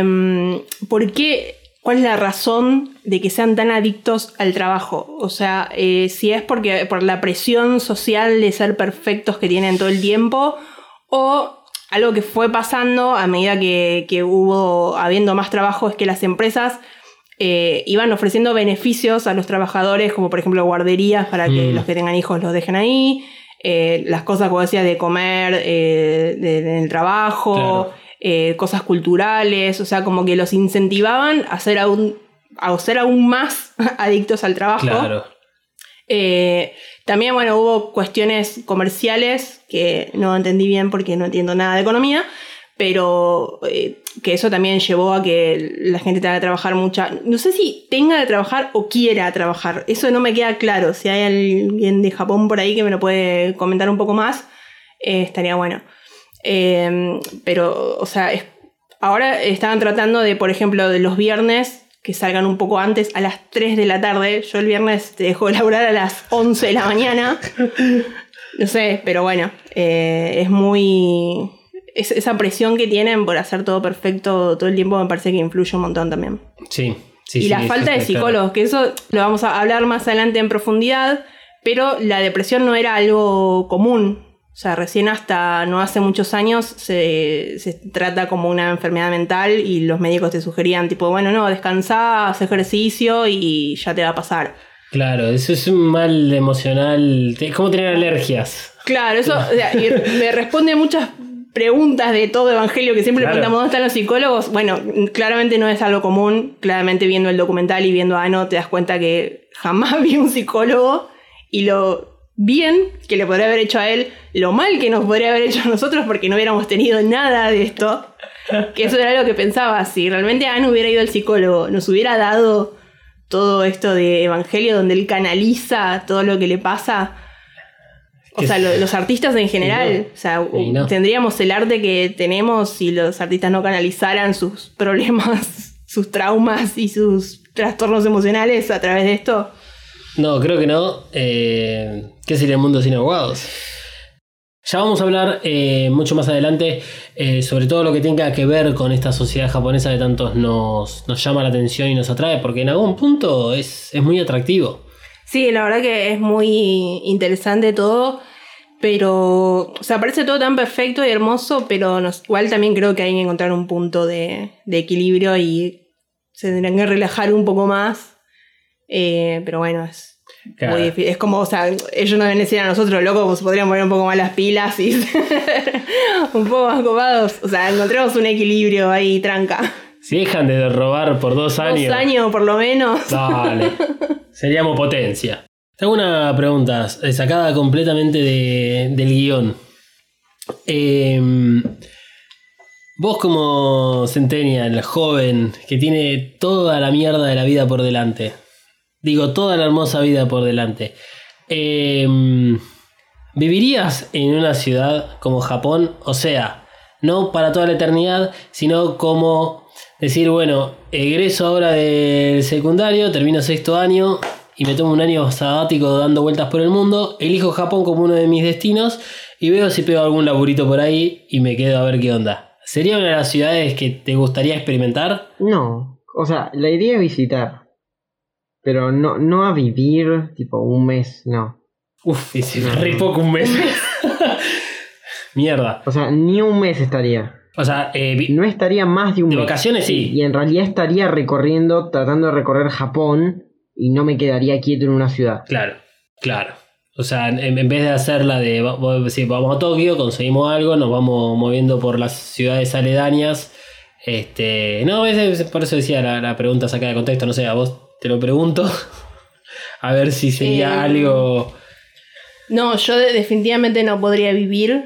por qué, cuál es la razón de que sean tan adictos al trabajo. O sea, si es por la presión social de ser perfectos que tienen todo el tiempo, o algo que fue pasando a medida que habiendo más trabajo, es que las empresas iban ofreciendo beneficios a los trabajadores, como por ejemplo guarderías para que los que tengan hijos los dejen ahí, las cosas, como decía, de comer en el trabajo, claro. Cosas culturales, o sea, como que los incentivaban a ser aún más adictos al trabajo. Claro. También, bueno, hubo cuestiones comerciales que no entendí bien porque no entiendo nada de economía, pero que eso también llevó a que la gente tenga que trabajar no sé si tenga que trabajar o quiera trabajar, eso no me queda claro. Si hay alguien de Japón por ahí que me lo puede comentar un poco más, estaría bueno. Pero, o sea, ahora estaban tratando de, por ejemplo, de los viernes que salgan un poco antes, a las 3 de la tarde. Yo el viernes te dejo de laburar a las 11 de la mañana. No sé, pero bueno, es muy... esa presión que tienen por hacer todo perfecto todo el tiempo me parece que influye un montón también. Sí. Y la falta de psicólogos, que eso lo vamos a hablar más adelante en profundidad, pero la depresión no era algo común. O sea, recién hasta no hace muchos años se trata como una enfermedad mental y los médicos te sugerían tipo, bueno, no, descansá, haz ejercicio y ya te va a pasar. Claro, eso es un mal emocional. Es como tener alergias. Claro, eso o sea, me responde muchas preguntas de todo evangelio que siempre le preguntamos dónde están los psicólogos. Bueno, claramente no es algo común. Claramente viendo el documental y viendo a Ano te das cuenta que jamás vi un psicólogo y lo bien que le podría haber hecho a él, lo mal que nos podría haber hecho a nosotros porque no hubiéramos tenido nada de esto. Que eso era lo que pensaba. Si realmente Ano hubiera ido al psicólogo, nos hubiera dado todo esto de evangelio donde él canaliza todo lo que le pasa. O sea, los artistas en general, o sea, tendríamos el arte que tenemos si los artistas no canalizaran sus problemas, sus traumas y sus trastornos emocionales a través de esto. No, creo que no. ¿Qué sería el mundo sin abogados? Ya vamos a hablar mucho más adelante sobre todo lo que tenga que ver con esta sociedad japonesa que tantos nos llama la atención y nos atrae, porque en algún punto es muy atractivo. Sí, la verdad que es muy interesante todo, pero, o sea, parece todo tan perfecto y hermoso, pero igual también creo que hay que encontrar un punto de equilibrio y se tendrían que relajar un poco más, pero bueno, es muy difícil. Es como, o sea, ellos no deben decir a nosotros, locos, pues podrían poner un poco más las pilas y un poco más copados, o sea, encontremos un equilibrio ahí, tranca. Si dejan de robar por 2 años. 2 años por lo menos. Dale. Seríamos potencia. Tengo una pregunta sacada completamente del guión. Vos como centennial, joven, que tiene toda la mierda de la vida por delante. Digo, toda la hermosa vida por delante. ¿Vivirías en una ciudad como Japón? O sea, no para toda la eternidad, sino como decir, bueno, egreso ahora del secundario, termino 6º año y me tomo un año sabático dando vueltas por el mundo, elijo Japón como uno de mis destinos y veo si pego algún laburito por ahí y me quedo a ver qué onda. ¿Sería una de las ciudades que te gustaría experimentar? No, o sea, la iría a visitar, pero no a vivir tipo un mes, no. Uf, y si re poco un mes. Mierda. O sea, ni un mes estaría. O sea, no estaría más de un mes. De vacaciones sí. Y en realidad estaría tratando de recorrer Japón y no me quedaría quieto en una ciudad. Claro. O sea, en vez de hacer la de vamos a Tokio, conseguimos algo, nos vamos moviendo por las ciudades aledañas. No, por eso decía la pregunta sacada de contexto, no sé, a vos te lo pregunto. A ver si sería algo. No, yo definitivamente no podría vivir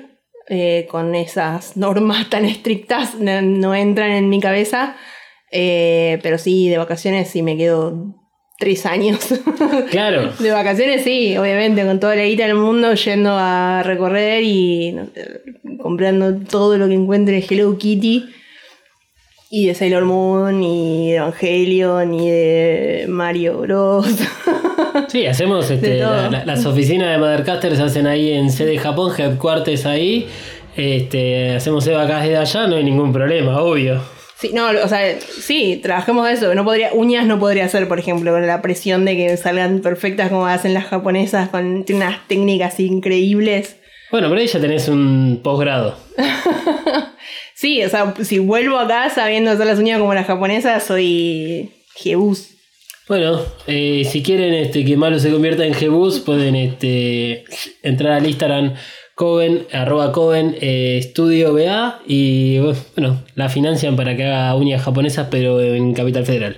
con esas normas tan estrictas, no entran en mi cabeza. Pero sí, de vacaciones sí me quedo 3 años. Claro. De vacaciones sí, obviamente, con toda la guita del mundo, yendo a recorrer y no sé, comprando todo lo que encuentre de Hello Kitty y de Sailor Moon y de Evangelion y de Mario Bros. Sí, hacemos las oficinas de Mothercaster se hacen ahí en sede Japón, headquarters ahí. Hacemos Evacast desde allá, no hay ningún problema, obvio. Sí, no, o sea, sí, trabajemos eso. Uñas no podría hacer, por ejemplo, con la presión de que salgan perfectas como hacen las japonesas, con unas técnicas increíbles. Bueno, pero ahí ya tenés un posgrado. Sí, o sea, si vuelvo acá sabiendo hacer las uñas como las japonesas, soy Jebus. Bueno, si quieren que Malu se convierta en Jebus, pueden entrar al Instagram Coven, @Coven Estudio BA, y bueno, la financian para que haga uñas japonesas, pero en Capital Federal.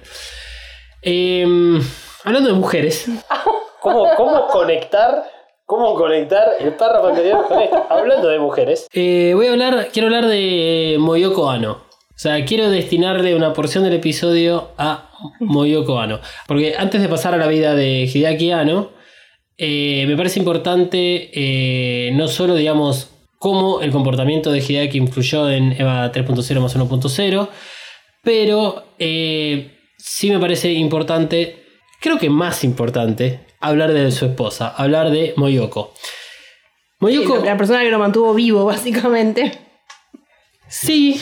Hablando de mujeres, ¿cómo conectar el párrafo anterior con esto? Hablando de mujeres, quiero hablar de Moyoko Hano. O sea, quiero destinarle una porción del episodio a Moyoko Hano, porque antes de pasar a la vida de Hideaki Anno, me parece importante no solo, digamos, cómo el comportamiento de Hideaki influyó en EVA 3.0 más 1.0, pero sí me parece importante, creo que más importante, hablar de su esposa, hablar de Moyoko. Sí, la persona que lo mantuvo vivo, básicamente. Sí.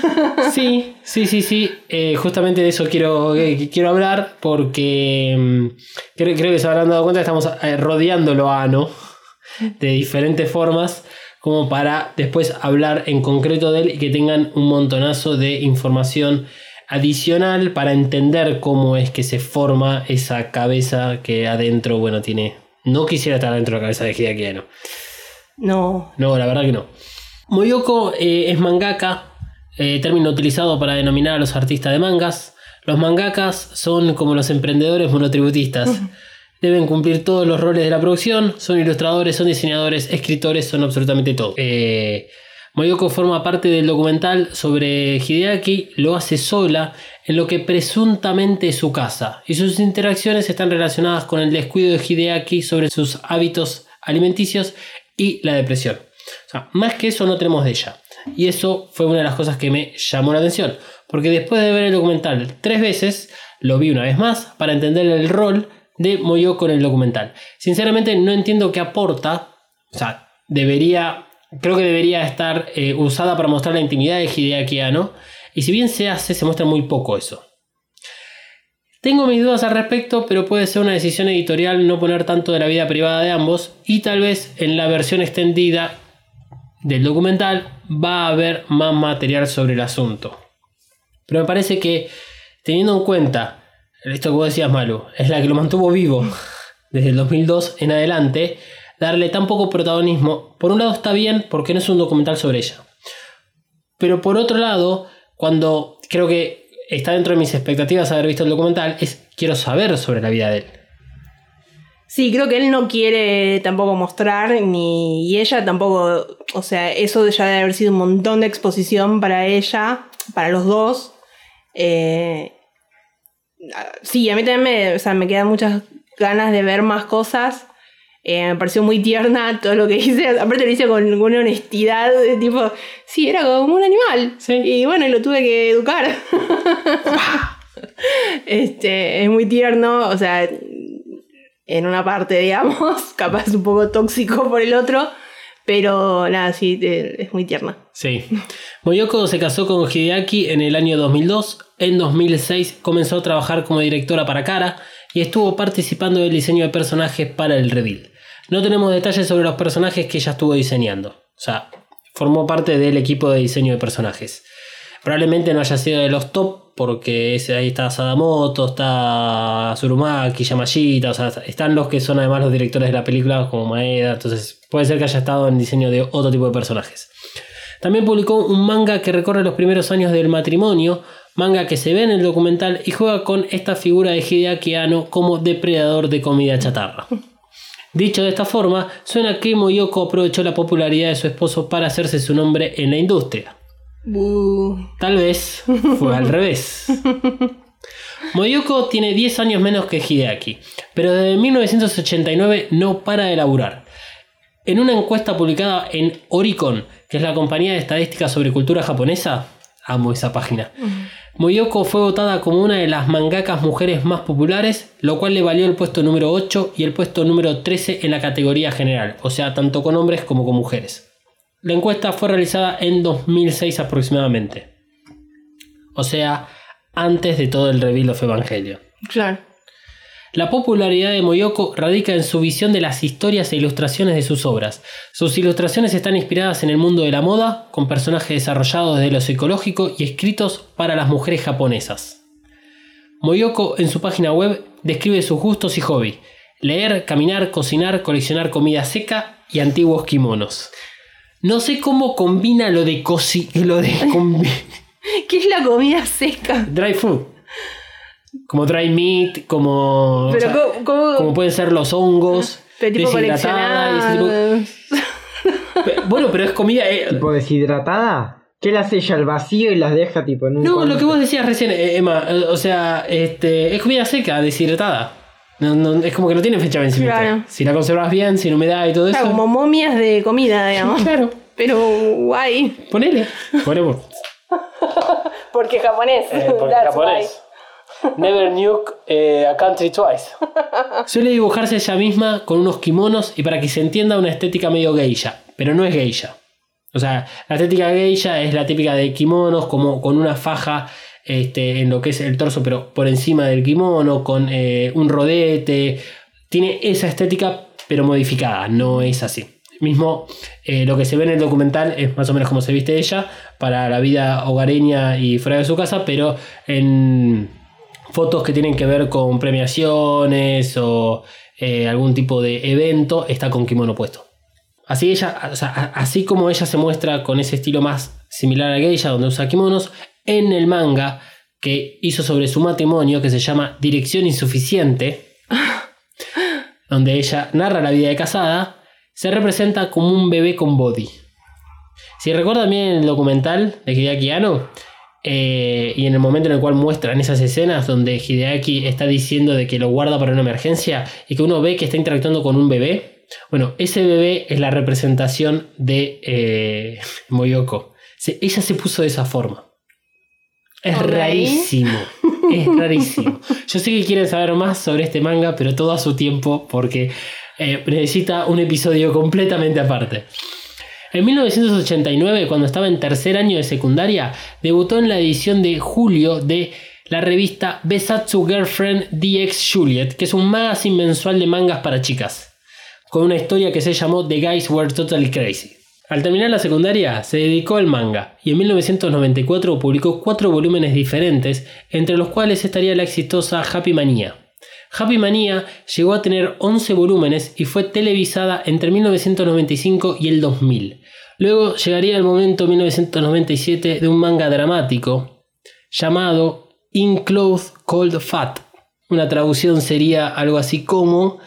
Justamente de eso quiero hablar, porque creo que se habrán dado cuenta que estamos rodeándolo a Ano de diferentes formas, como para después hablar en concreto de él y que tengan un montonazo de información adicional para entender cómo es que se forma esa cabeza que adentro, bueno, tiene. No quisiera estar dentro de la cabeza de Hideaki Anno. No, la verdad que no. Moyoko es mangaka, término utilizado para denominar a los artistas de mangas. Los mangakas son como los emprendedores monotributistas. Deben cumplir todos los roles de la producción, son ilustradores, son diseñadores, escritores, son absolutamente todo. Moyoko forma parte del documental sobre Hideaki, lo hace sola en lo que presuntamente es su casa, y sus interacciones están relacionadas con el descuido de Hideaki sobre sus hábitos alimenticios y la depresión. O sea, más que eso no tenemos de ella. Y eso fue una de las cosas que me llamó la atención, porque después de ver el documental 3 veces, lo vi una vez más para entender el rol de Moyoko en el documental. Sinceramente no entiendo qué aporta. O sea, creo que debería estar usada para mostrar la intimidad de Hideaki Anno, y si bien se muestra muy poco eso. Tengo mis dudas al respecto, pero puede ser una decisión editorial no poner tanto de la vida privada de ambos, y tal vez en la versión extendida del documental va a haber más material sobre el asunto. Pero me parece que, teniendo en cuenta esto que vos decías, Malu, es la que lo mantuvo vivo desde el 2002 en adelante, darle tan poco protagonismo, por un lado está bien porque no es un documental sobre ella, pero por otro lado, cuando creo que está dentro de mis expectativas haber visto el documental, quiero saber sobre la vida de él. Sí, creo que él no quiere tampoco mostrar, y ella tampoco. O sea, eso ya debe haber sido un montón de exposición para ella, para los dos. Sí, a mí también me quedan muchas ganas de ver más cosas. Me pareció muy tierna todo lo que hice. Aparte lo hice con una honestidad de tipo, sí, era como un animal. Sí. Y bueno, y lo tuve que educar. Es muy tierno, o sea, en una parte, digamos, capaz un poco tóxico por el otro, pero nada, sí, es muy tierna. Sí. Moyoko se casó con Hideaki en el año 2002. En 2006 comenzó a trabajar como directora para Kara y estuvo participando del diseño de personajes para el reveal. No tenemos detalles sobre los personajes que ella estuvo diseñando. O sea, formó parte del equipo de diseño de personajes. Probablemente no haya sido de los top, porque ahí está Sadamoto, está Tsurumaki, Yamashita, o sea, están los que son además los directores de la película, como Maeda, entonces puede ser que haya estado en diseño de otro tipo de personajes. También publicó un manga que recorre los primeros años del matrimonio, manga que se ve en el documental y juega con esta figura de Hideaki Anno como depredador de comida chatarra. Dicho de esta forma, suena que Moyoko aprovechó la popularidad de su esposo para hacerse su nombre en la industria. Tal vez fue al revés. Moyoko tiene 10 años menos que Hideaki, pero desde 1989 no para de laburar. En una encuesta publicada en Oricon, que es la compañía de estadísticas sobre cultura japonesa, amo esa página, Moyoko fue votada como una de las mangakas mujeres más populares, lo cual le valió el puesto número 8 y el puesto número 13 en la categoría general, o sea, tanto con hombres como con mujeres. La encuesta fue realizada en 2006 aproximadamente, o sea, antes de todo el reveal of Evangelion. Claro. La popularidad de Moyoko radica en su visión de las historias e ilustraciones de sus obras. Sus ilustraciones están inspiradas en el mundo de la moda, con personajes desarrollados desde lo psicológico y escritos para las mujeres japonesas. Moyoko en su página web describe sus gustos y hobbies: leer, caminar, cocinar, coleccionar comida seca y antiguos kimonos. No sé cómo combina lo de ¿Qué es la comida seca? dry food. Como dry meat, como... Pero o sea, como pueden ser los hongos, pero tipo deshidratada y ese tipo... Bueno, pero es comida... ¿Tipo deshidratada? ¿Qué las sella al vacío y las deja tipo en un... No, lo que vos decías recién, Emma, o sea, es comida seca, deshidratada. No, es como que no tiene fecha de vencimiento. Claro. Si la conservas bien, sin humedad y todo eso... Como momias de comida, digamos. Claro. Pero guay. Ponele. Ponemos. Porque japonés. Porque That's japonés. Never nuke a country twice. Suele dibujarse ella misma con unos kimonos y para que se entienda una estética medio geisha, pero no es geisha. O sea, la estética geisha es la típica de kimonos como con una faja en lo que es el torso, pero por encima del kimono, con un rodete. Tiene esa estética, pero modificada, no es así. Mismo lo que se ve en el documental es más o menos como se viste ella para la vida hogareña y fuera de su casa, pero en fotos que tienen que ver con premiaciones o algún tipo de evento está con kimono puesto. Así ella, o sea, así como ella se muestra con ese estilo más similar a geisha donde usa kimonos, en el manga que hizo sobre su matrimonio que se llama Dirección Insuficiente, donde ella narra la vida de casada, se representa como un bebé con body. Si recuerdan bien el documental de Hideaki Anno, y en el momento en el cual muestran esas escenas donde Hideaki está diciendo de que lo guarda para una emergencia y que uno ve que está interactuando con un bebé, bueno, ese bebé es la representación de Moyoko. Ella se puso de esa forma. Es rarísimo. Es rarísimo. Yo sé que quieren saber más sobre este manga, pero todo a su tiempo porque necesita un episodio completamente aparte. En 1989, cuando estaba en tercer año de secundaria, debutó en la edición de julio de la revista Besatsu Girlfriend DX Juliet, que es un magazine mensual de mangas para chicas, con una historia que se llamó The Guys Were Totally Crazy. Al terminar la secundaria, se dedicó al manga y en 1994 publicó 4 volúmenes diferentes, entre los cuales estaría la exitosa Happy Mania. Happy Mania llegó a tener 11 volúmenes y fue televisada entre 1995 y el 2000. Luego llegaría el momento 1997 de un manga dramático llamado In Clothes Cold Fat. Una traducción sería algo así como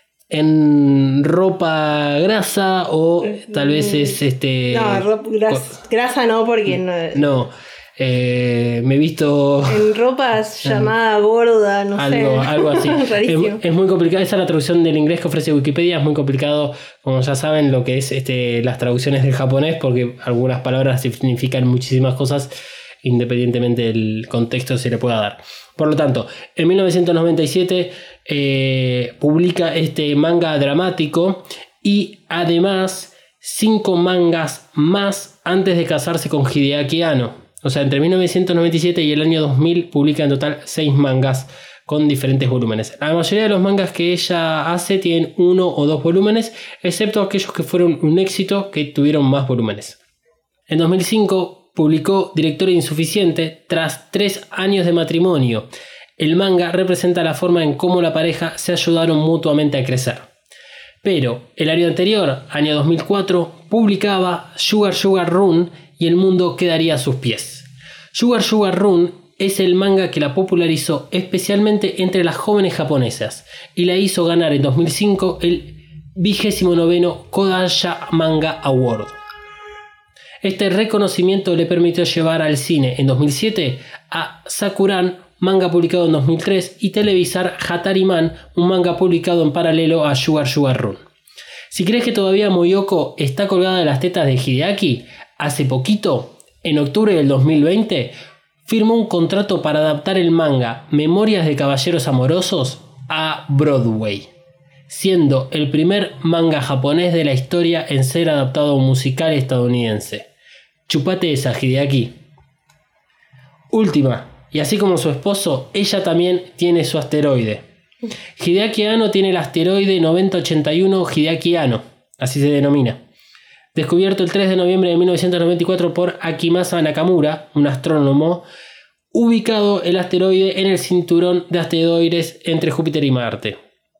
en ropa grasa o tal vez es No, grasa no, porque no. Me he visto en ropas llamada gorda, no sé. Algo así. Es muy complicado. Esa es la traducción del inglés que ofrece Wikipedia. Es muy complicado, como ya saben, lo que es las traducciones del japonés, porque algunas palabras significan muchísimas cosas independientemente del contexto que se le pueda dar. Por lo tanto, en 1997 publica este manga dramático y además 5 mangas más antes de casarse con Hideaki Anno. O sea, entre 1997 y el año 2000 publica en total 6 mangas con diferentes volúmenes. La mayoría de los mangas que ella hace tienen 1 o 2 volúmenes, excepto aquellos que fueron un éxito que tuvieron más volúmenes. En 2005 publicó Directora Insuficiente tras 3 años de matrimonio. El manga representa la forma en cómo la pareja se ayudaron mutuamente a crecer. Pero el año anterior, año 2004, publicaba Sugar Sugar Run y el mundo quedaría a sus pies. Sugar Sugar Run es el manga que la popularizó especialmente entre las jóvenes japonesas y la hizo ganar en 2005 el 29º Kodansha Manga Award. Este reconocimiento le permitió llevar al cine en 2007 a Sakuran, manga publicado en 2003, y televisar Hatari-man, un manga publicado en paralelo a Sugar Sugar Run. Si crees que todavía Moyoko está colgada de las tetas de Hideaki, hace poquito, en octubre del 2020, firmó un contrato para adaptar el manga Memorias de Caballeros Amorosos a Broadway, siendo el primer manga japonés de la historia en ser adaptado a un musical estadounidense. Chupate esa, Hideaki. Última, y así como su esposo, ella también tiene su asteroide. Hideaki Anno tiene el asteroide 9081 Hideaki Anno, así se denomina. Descubierto el 3 de noviembre de 1994 por Akimasa Nakamura, un astrónomo, ubicado el asteroide en el cinturón de asteroides entre Júpiter y Marte.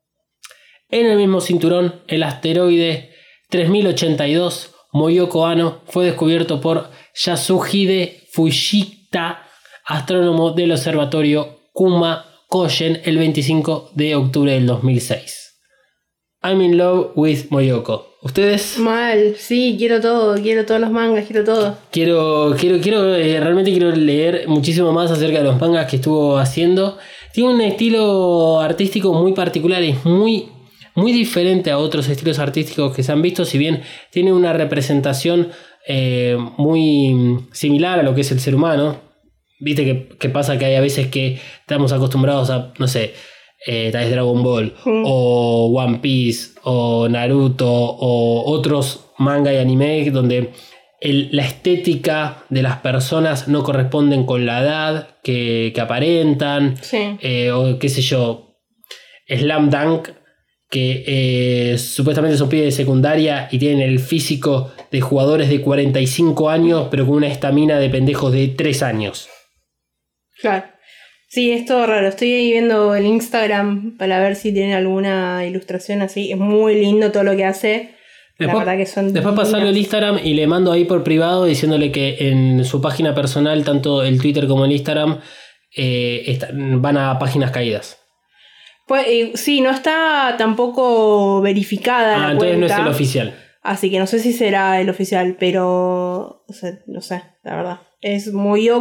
En el mismo cinturón, el asteroide 3082 Moyoko Anno fue descubierto por Yasuhide Fujita, astrónomo del observatorio Kuma Koyen, el 25 de octubre del 2006. I'm in love with Moyoko. ¿Ustedes? Mal, sí, quiero todo, quiero todos los mangas, quiero todo. Realmente quiero leer muchísimo más acerca de los mangas que estuvo haciendo. Tiene un estilo artístico muy particular, es muy diferente a otros estilos artísticos que se han visto, si bien tiene una representación muy similar a lo que es el ser humano. Viste que pasa que hay a veces que estamos acostumbrados a, no sé, tal vez Dragon Ball o One Piece o Naruto o otros manga y anime donde la estética de las personas no corresponden con la edad que aparentan. Sí. O qué sé yo, Slam Dunk, que supuestamente son pibes de secundaria y tienen el físico de jugadores de 45 años pero con una estamina de pendejos de 3 años. Claro. Sí, es todo raro. Estoy ahí viendo el Instagram para ver si tienen alguna ilustración así. Es muy lindo todo lo que hace. La verdad que son después pasarle el Instagram y le mando ahí por privado diciéndole que en su página personal, tanto el Twitter como el Instagram, van a páginas caídas. Pues sí, no está tampoco verificada la entonces cuenta. No es el oficial. Así que no sé si será el oficial, pero no sé, la verdad. Es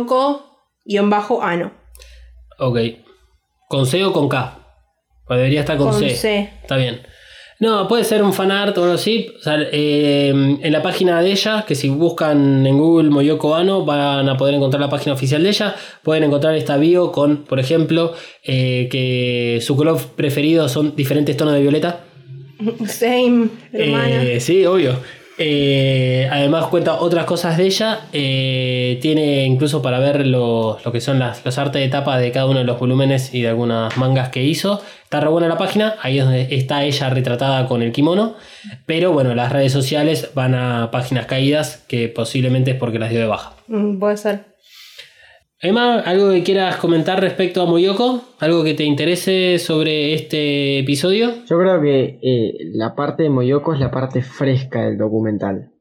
Moyoko_Ano. Ok. ¿Con C o con K? Pues debería estar con C. C. Está bien. No, puede ser un fanart o algo así. O sea, en la página de ella, que si buscan en Google Moyoko Anno, van a poder encontrar la página oficial de ella. Pueden encontrar esta bio con, por ejemplo, que su color preferido son diferentes tonos de violeta. Same, hermana. Sí, obvio. Además cuenta otras cosas de ella. Tiene incluso para ver lo que son los artes de tapa de cada uno de los volúmenes y de algunas mangas que hizo. Está re buena la página. Ahí es donde está ella retratada con el kimono. Pero bueno, las redes sociales van a páginas caídas, que posiblemente es porque las dio de baja. Puede ser. Emma, ¿algo que quieras comentar respecto a Moyoko? ¿Algo que te interese sobre este episodio? Yo creo que la parte de Moyoko es la parte fresca del documental.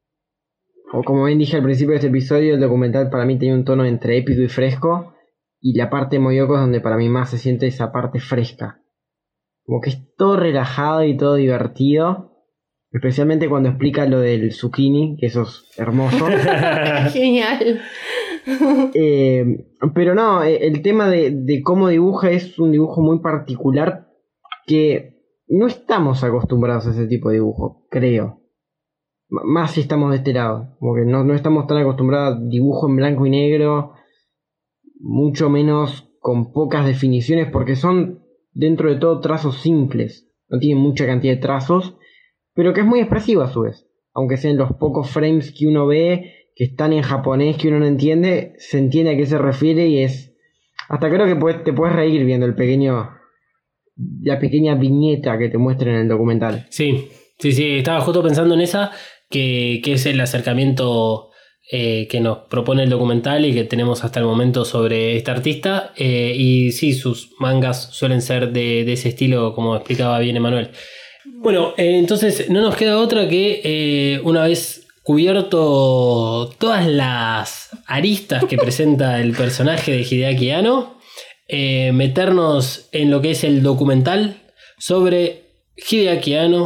O como bien dije al principio de este episodio, el documental para mí tiene un tono entre épico y fresco. Y la parte de Moyoko es donde para mí más se siente esa parte fresca. Como que es todo relajado y todo divertido. Especialmente cuando explica lo del zucchini, que eso es hermoso. Genial. Pero no, el tema de cómo dibuja es un dibujo muy particular que no estamos acostumbrados a ese tipo de dibujo, creo. Más si estamos de este lado. Como que no estamos tan acostumbrados a dibujo en blanco y negro, mucho menos con pocas definiciones, porque son dentro de todo trazos simples. No tienen mucha cantidad de trazos, pero que es muy expresivo a su vez. Aunque sean los pocos frames que uno ve, que están en japonés, que uno no entiende, se entiende a qué se refiere y es... Hasta creo que te puedes reír viendo la pequeña viñeta que te muestra en el documental. Sí, estaba justo pensando en esa, que es el acercamiento que nos propone el documental y que tenemos hasta el momento sobre este artista. Y sí, sus mangas suelen ser de ese estilo, como explicaba bien Emanuel. Bueno, entonces no nos queda otra que una vez cubierto todas las aristas que presenta el personaje de Hideaki Anno, meternos en lo que es el documental sobre Hideaki Anno,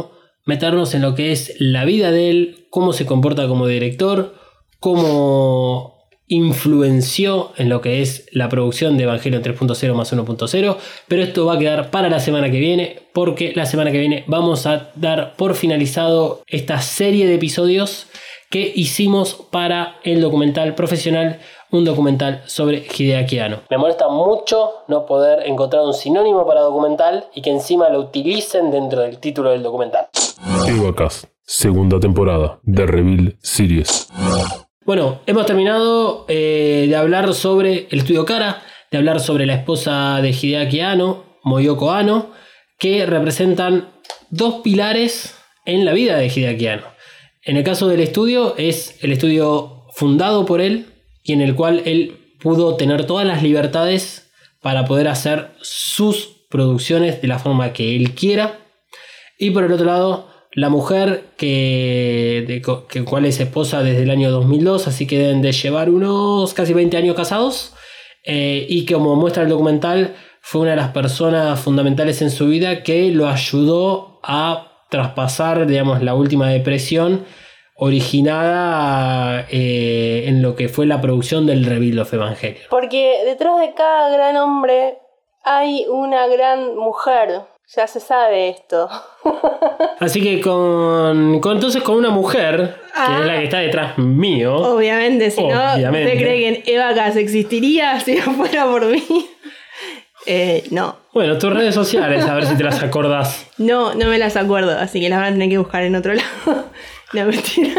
meternos en lo que es la vida de él, cómo se comporta como director, cómo influenció en lo que es la producción de Evangelion 3.0 más 1.0, pero esto va a quedar para la semana que viene, porque la semana que viene vamos a dar por finalizado esta serie de episodios que hicimos para el documental profesional, un documental sobre Hideaki Anno. Me molesta mucho no poder encontrar un sinónimo para documental y que encima lo utilicen dentro del título del documental. Evacast, segunda temporada, The Reveal Series. Bueno, hemos terminado de hablar sobre el estudio Kara, de hablar sobre la esposa de Hideaki Anno, Moyoko Anno, que representan dos pilares en la vida de Hideaki Anno. En el caso del estudio, es el estudio fundado por él y en el cual él pudo tener todas las libertades para poder hacer sus producciones de la forma que él quiera. Y por el otro lado, la mujer que cual es esposa desde el año 2002, así que deben de llevar unos casi 20 años casados, y que, como muestra el documental, fue una de las personas fundamentales en su vida que lo ayudó a traspasar, digamos, la última depresión originada en lo que fue la producción del Reveal of Evangelion. Porque detrás de cada gran hombre hay una gran mujer. Ya se sabe esto. Así que entonces con una mujer, que es la que está detrás mío. Obviamente, si no, ¿usted cree que en Evacast existiría si no fuera por mí? No. Bueno, tus redes sociales, a ver si te las acordás. No me las acuerdo, así que las van a tener que buscar en otro lado. No, mentira.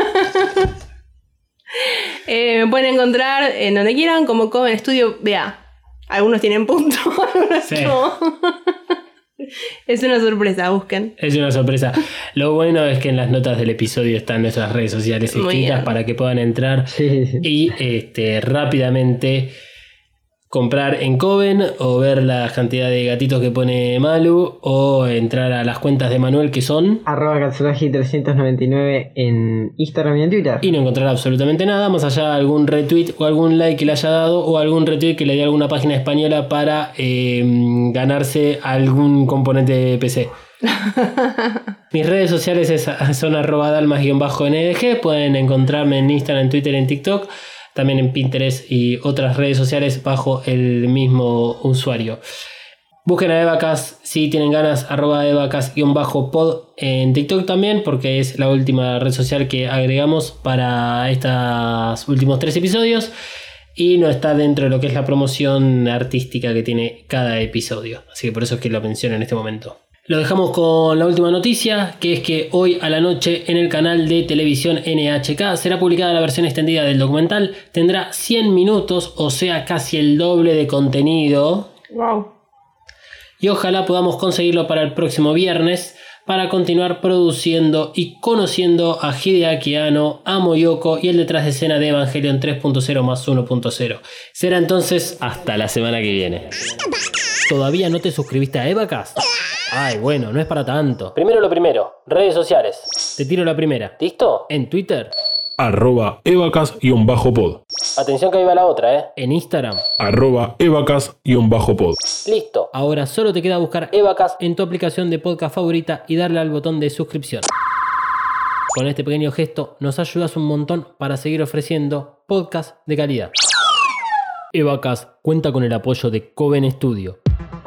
Me pueden encontrar en donde quieran, como Coven Studio BA. Algunos tienen punto, algunos no. Es una sorpresa, busquen. Es una sorpresa. Lo bueno es que en las notas del episodio están nuestras redes sociales escritas para que puedan entrar y rápidamente comprar en Coven o ver la cantidad de gatitos que pone Malu o entrar a las cuentas de Manuel, que son @Katsuragi399 en Instagram y en Twitter, y no encontrar absolutamente nada más allá de algún retweet o algún like que le haya dado o algún retweet que le dé a alguna página española para ganarse algún componente de PC. Mis redes sociales son @dalmas_ndg. Pueden encontrarme en Instagram, en Twitter, en TikTok, también en Pinterest y otras redes sociales bajo el mismo usuario. Busquen a Evacast si tienen ganas, @Evacast_pod en TikTok también, porque es la última red social que agregamos para estos últimos 3 episodios y no está dentro de lo que es la promoción artística que tiene cada episodio. Así que por eso es que lo menciono en este momento. Lo dejamos con la última noticia, que es que hoy a la noche en el canal de televisión NHK será publicada la versión extendida del documental. Tendrá 100 minutos, o sea, casi el doble de contenido. Wow. Y ojalá podamos conseguirlo para el próximo viernes para continuar produciendo y conociendo a Hideaki Anno, a Moyoko y el detrás de escena de Evangelion 3.0 más 1.0. Será entonces hasta la semana que viene. ¿Todavía no te suscribiste a Evacast? Ay, bueno, no es para tanto. Primero lo primero, redes sociales. Te tiro la primera. ¿Listo? En Twitter. @Evacast_pod. Atención que ahí va la otra, En Instagram. @Evacast_pod. Listo. Ahora solo te queda buscar Evacast en tu aplicación de podcast favorita y darle al botón de suscripción. Con este pequeño gesto nos ayudas un montón para seguir ofreciendo podcast de calidad. Evacast cuenta con el apoyo de Coven Studio.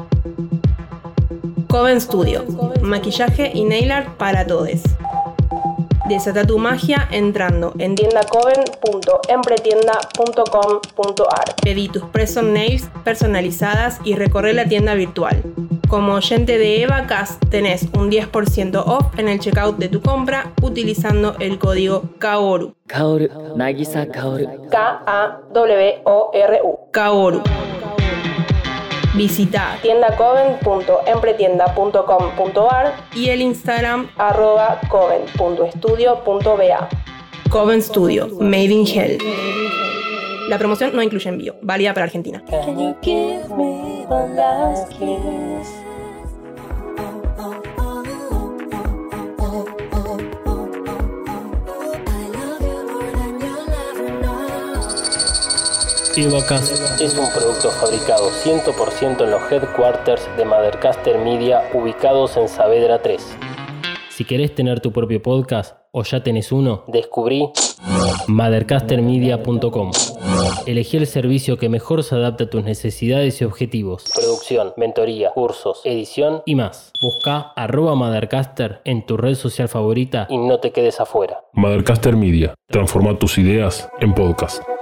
Coven Studio, maquillaje y nail art para todos. Desata tu magia entrando en tiendacoven.empretienda.com.ar. Pedí tus press-on nails personalizadas y recorre la tienda virtual. Como oyente de Evacast tenés un 10% off en el checkout de tu compra utilizando el código KAORU. Kaoru, Nagisa Kaoru. KAWORU. KAORU. Visita tiendacoven.empretienda.com.ar y el Instagram @coven.studio.ba. Coven Studio, Made in Hell. La promoción no incluye envío, válida para Argentina. Can you give me one last kiss? Evacast es un producto fabricado 100% en los headquarters de Mothercaster Media ubicados en Saavedra 3. Si querés tener tu propio podcast o ya tenés uno, descubrí mothercastermedia.com. Elegí el servicio que mejor se adapta a tus necesidades y objetivos. Producción, mentoría, cursos, edición y más. Busca @mothercaster en tu red social favorita y no te quedes afuera. Mothercaster Media. Transforma tus ideas en podcast.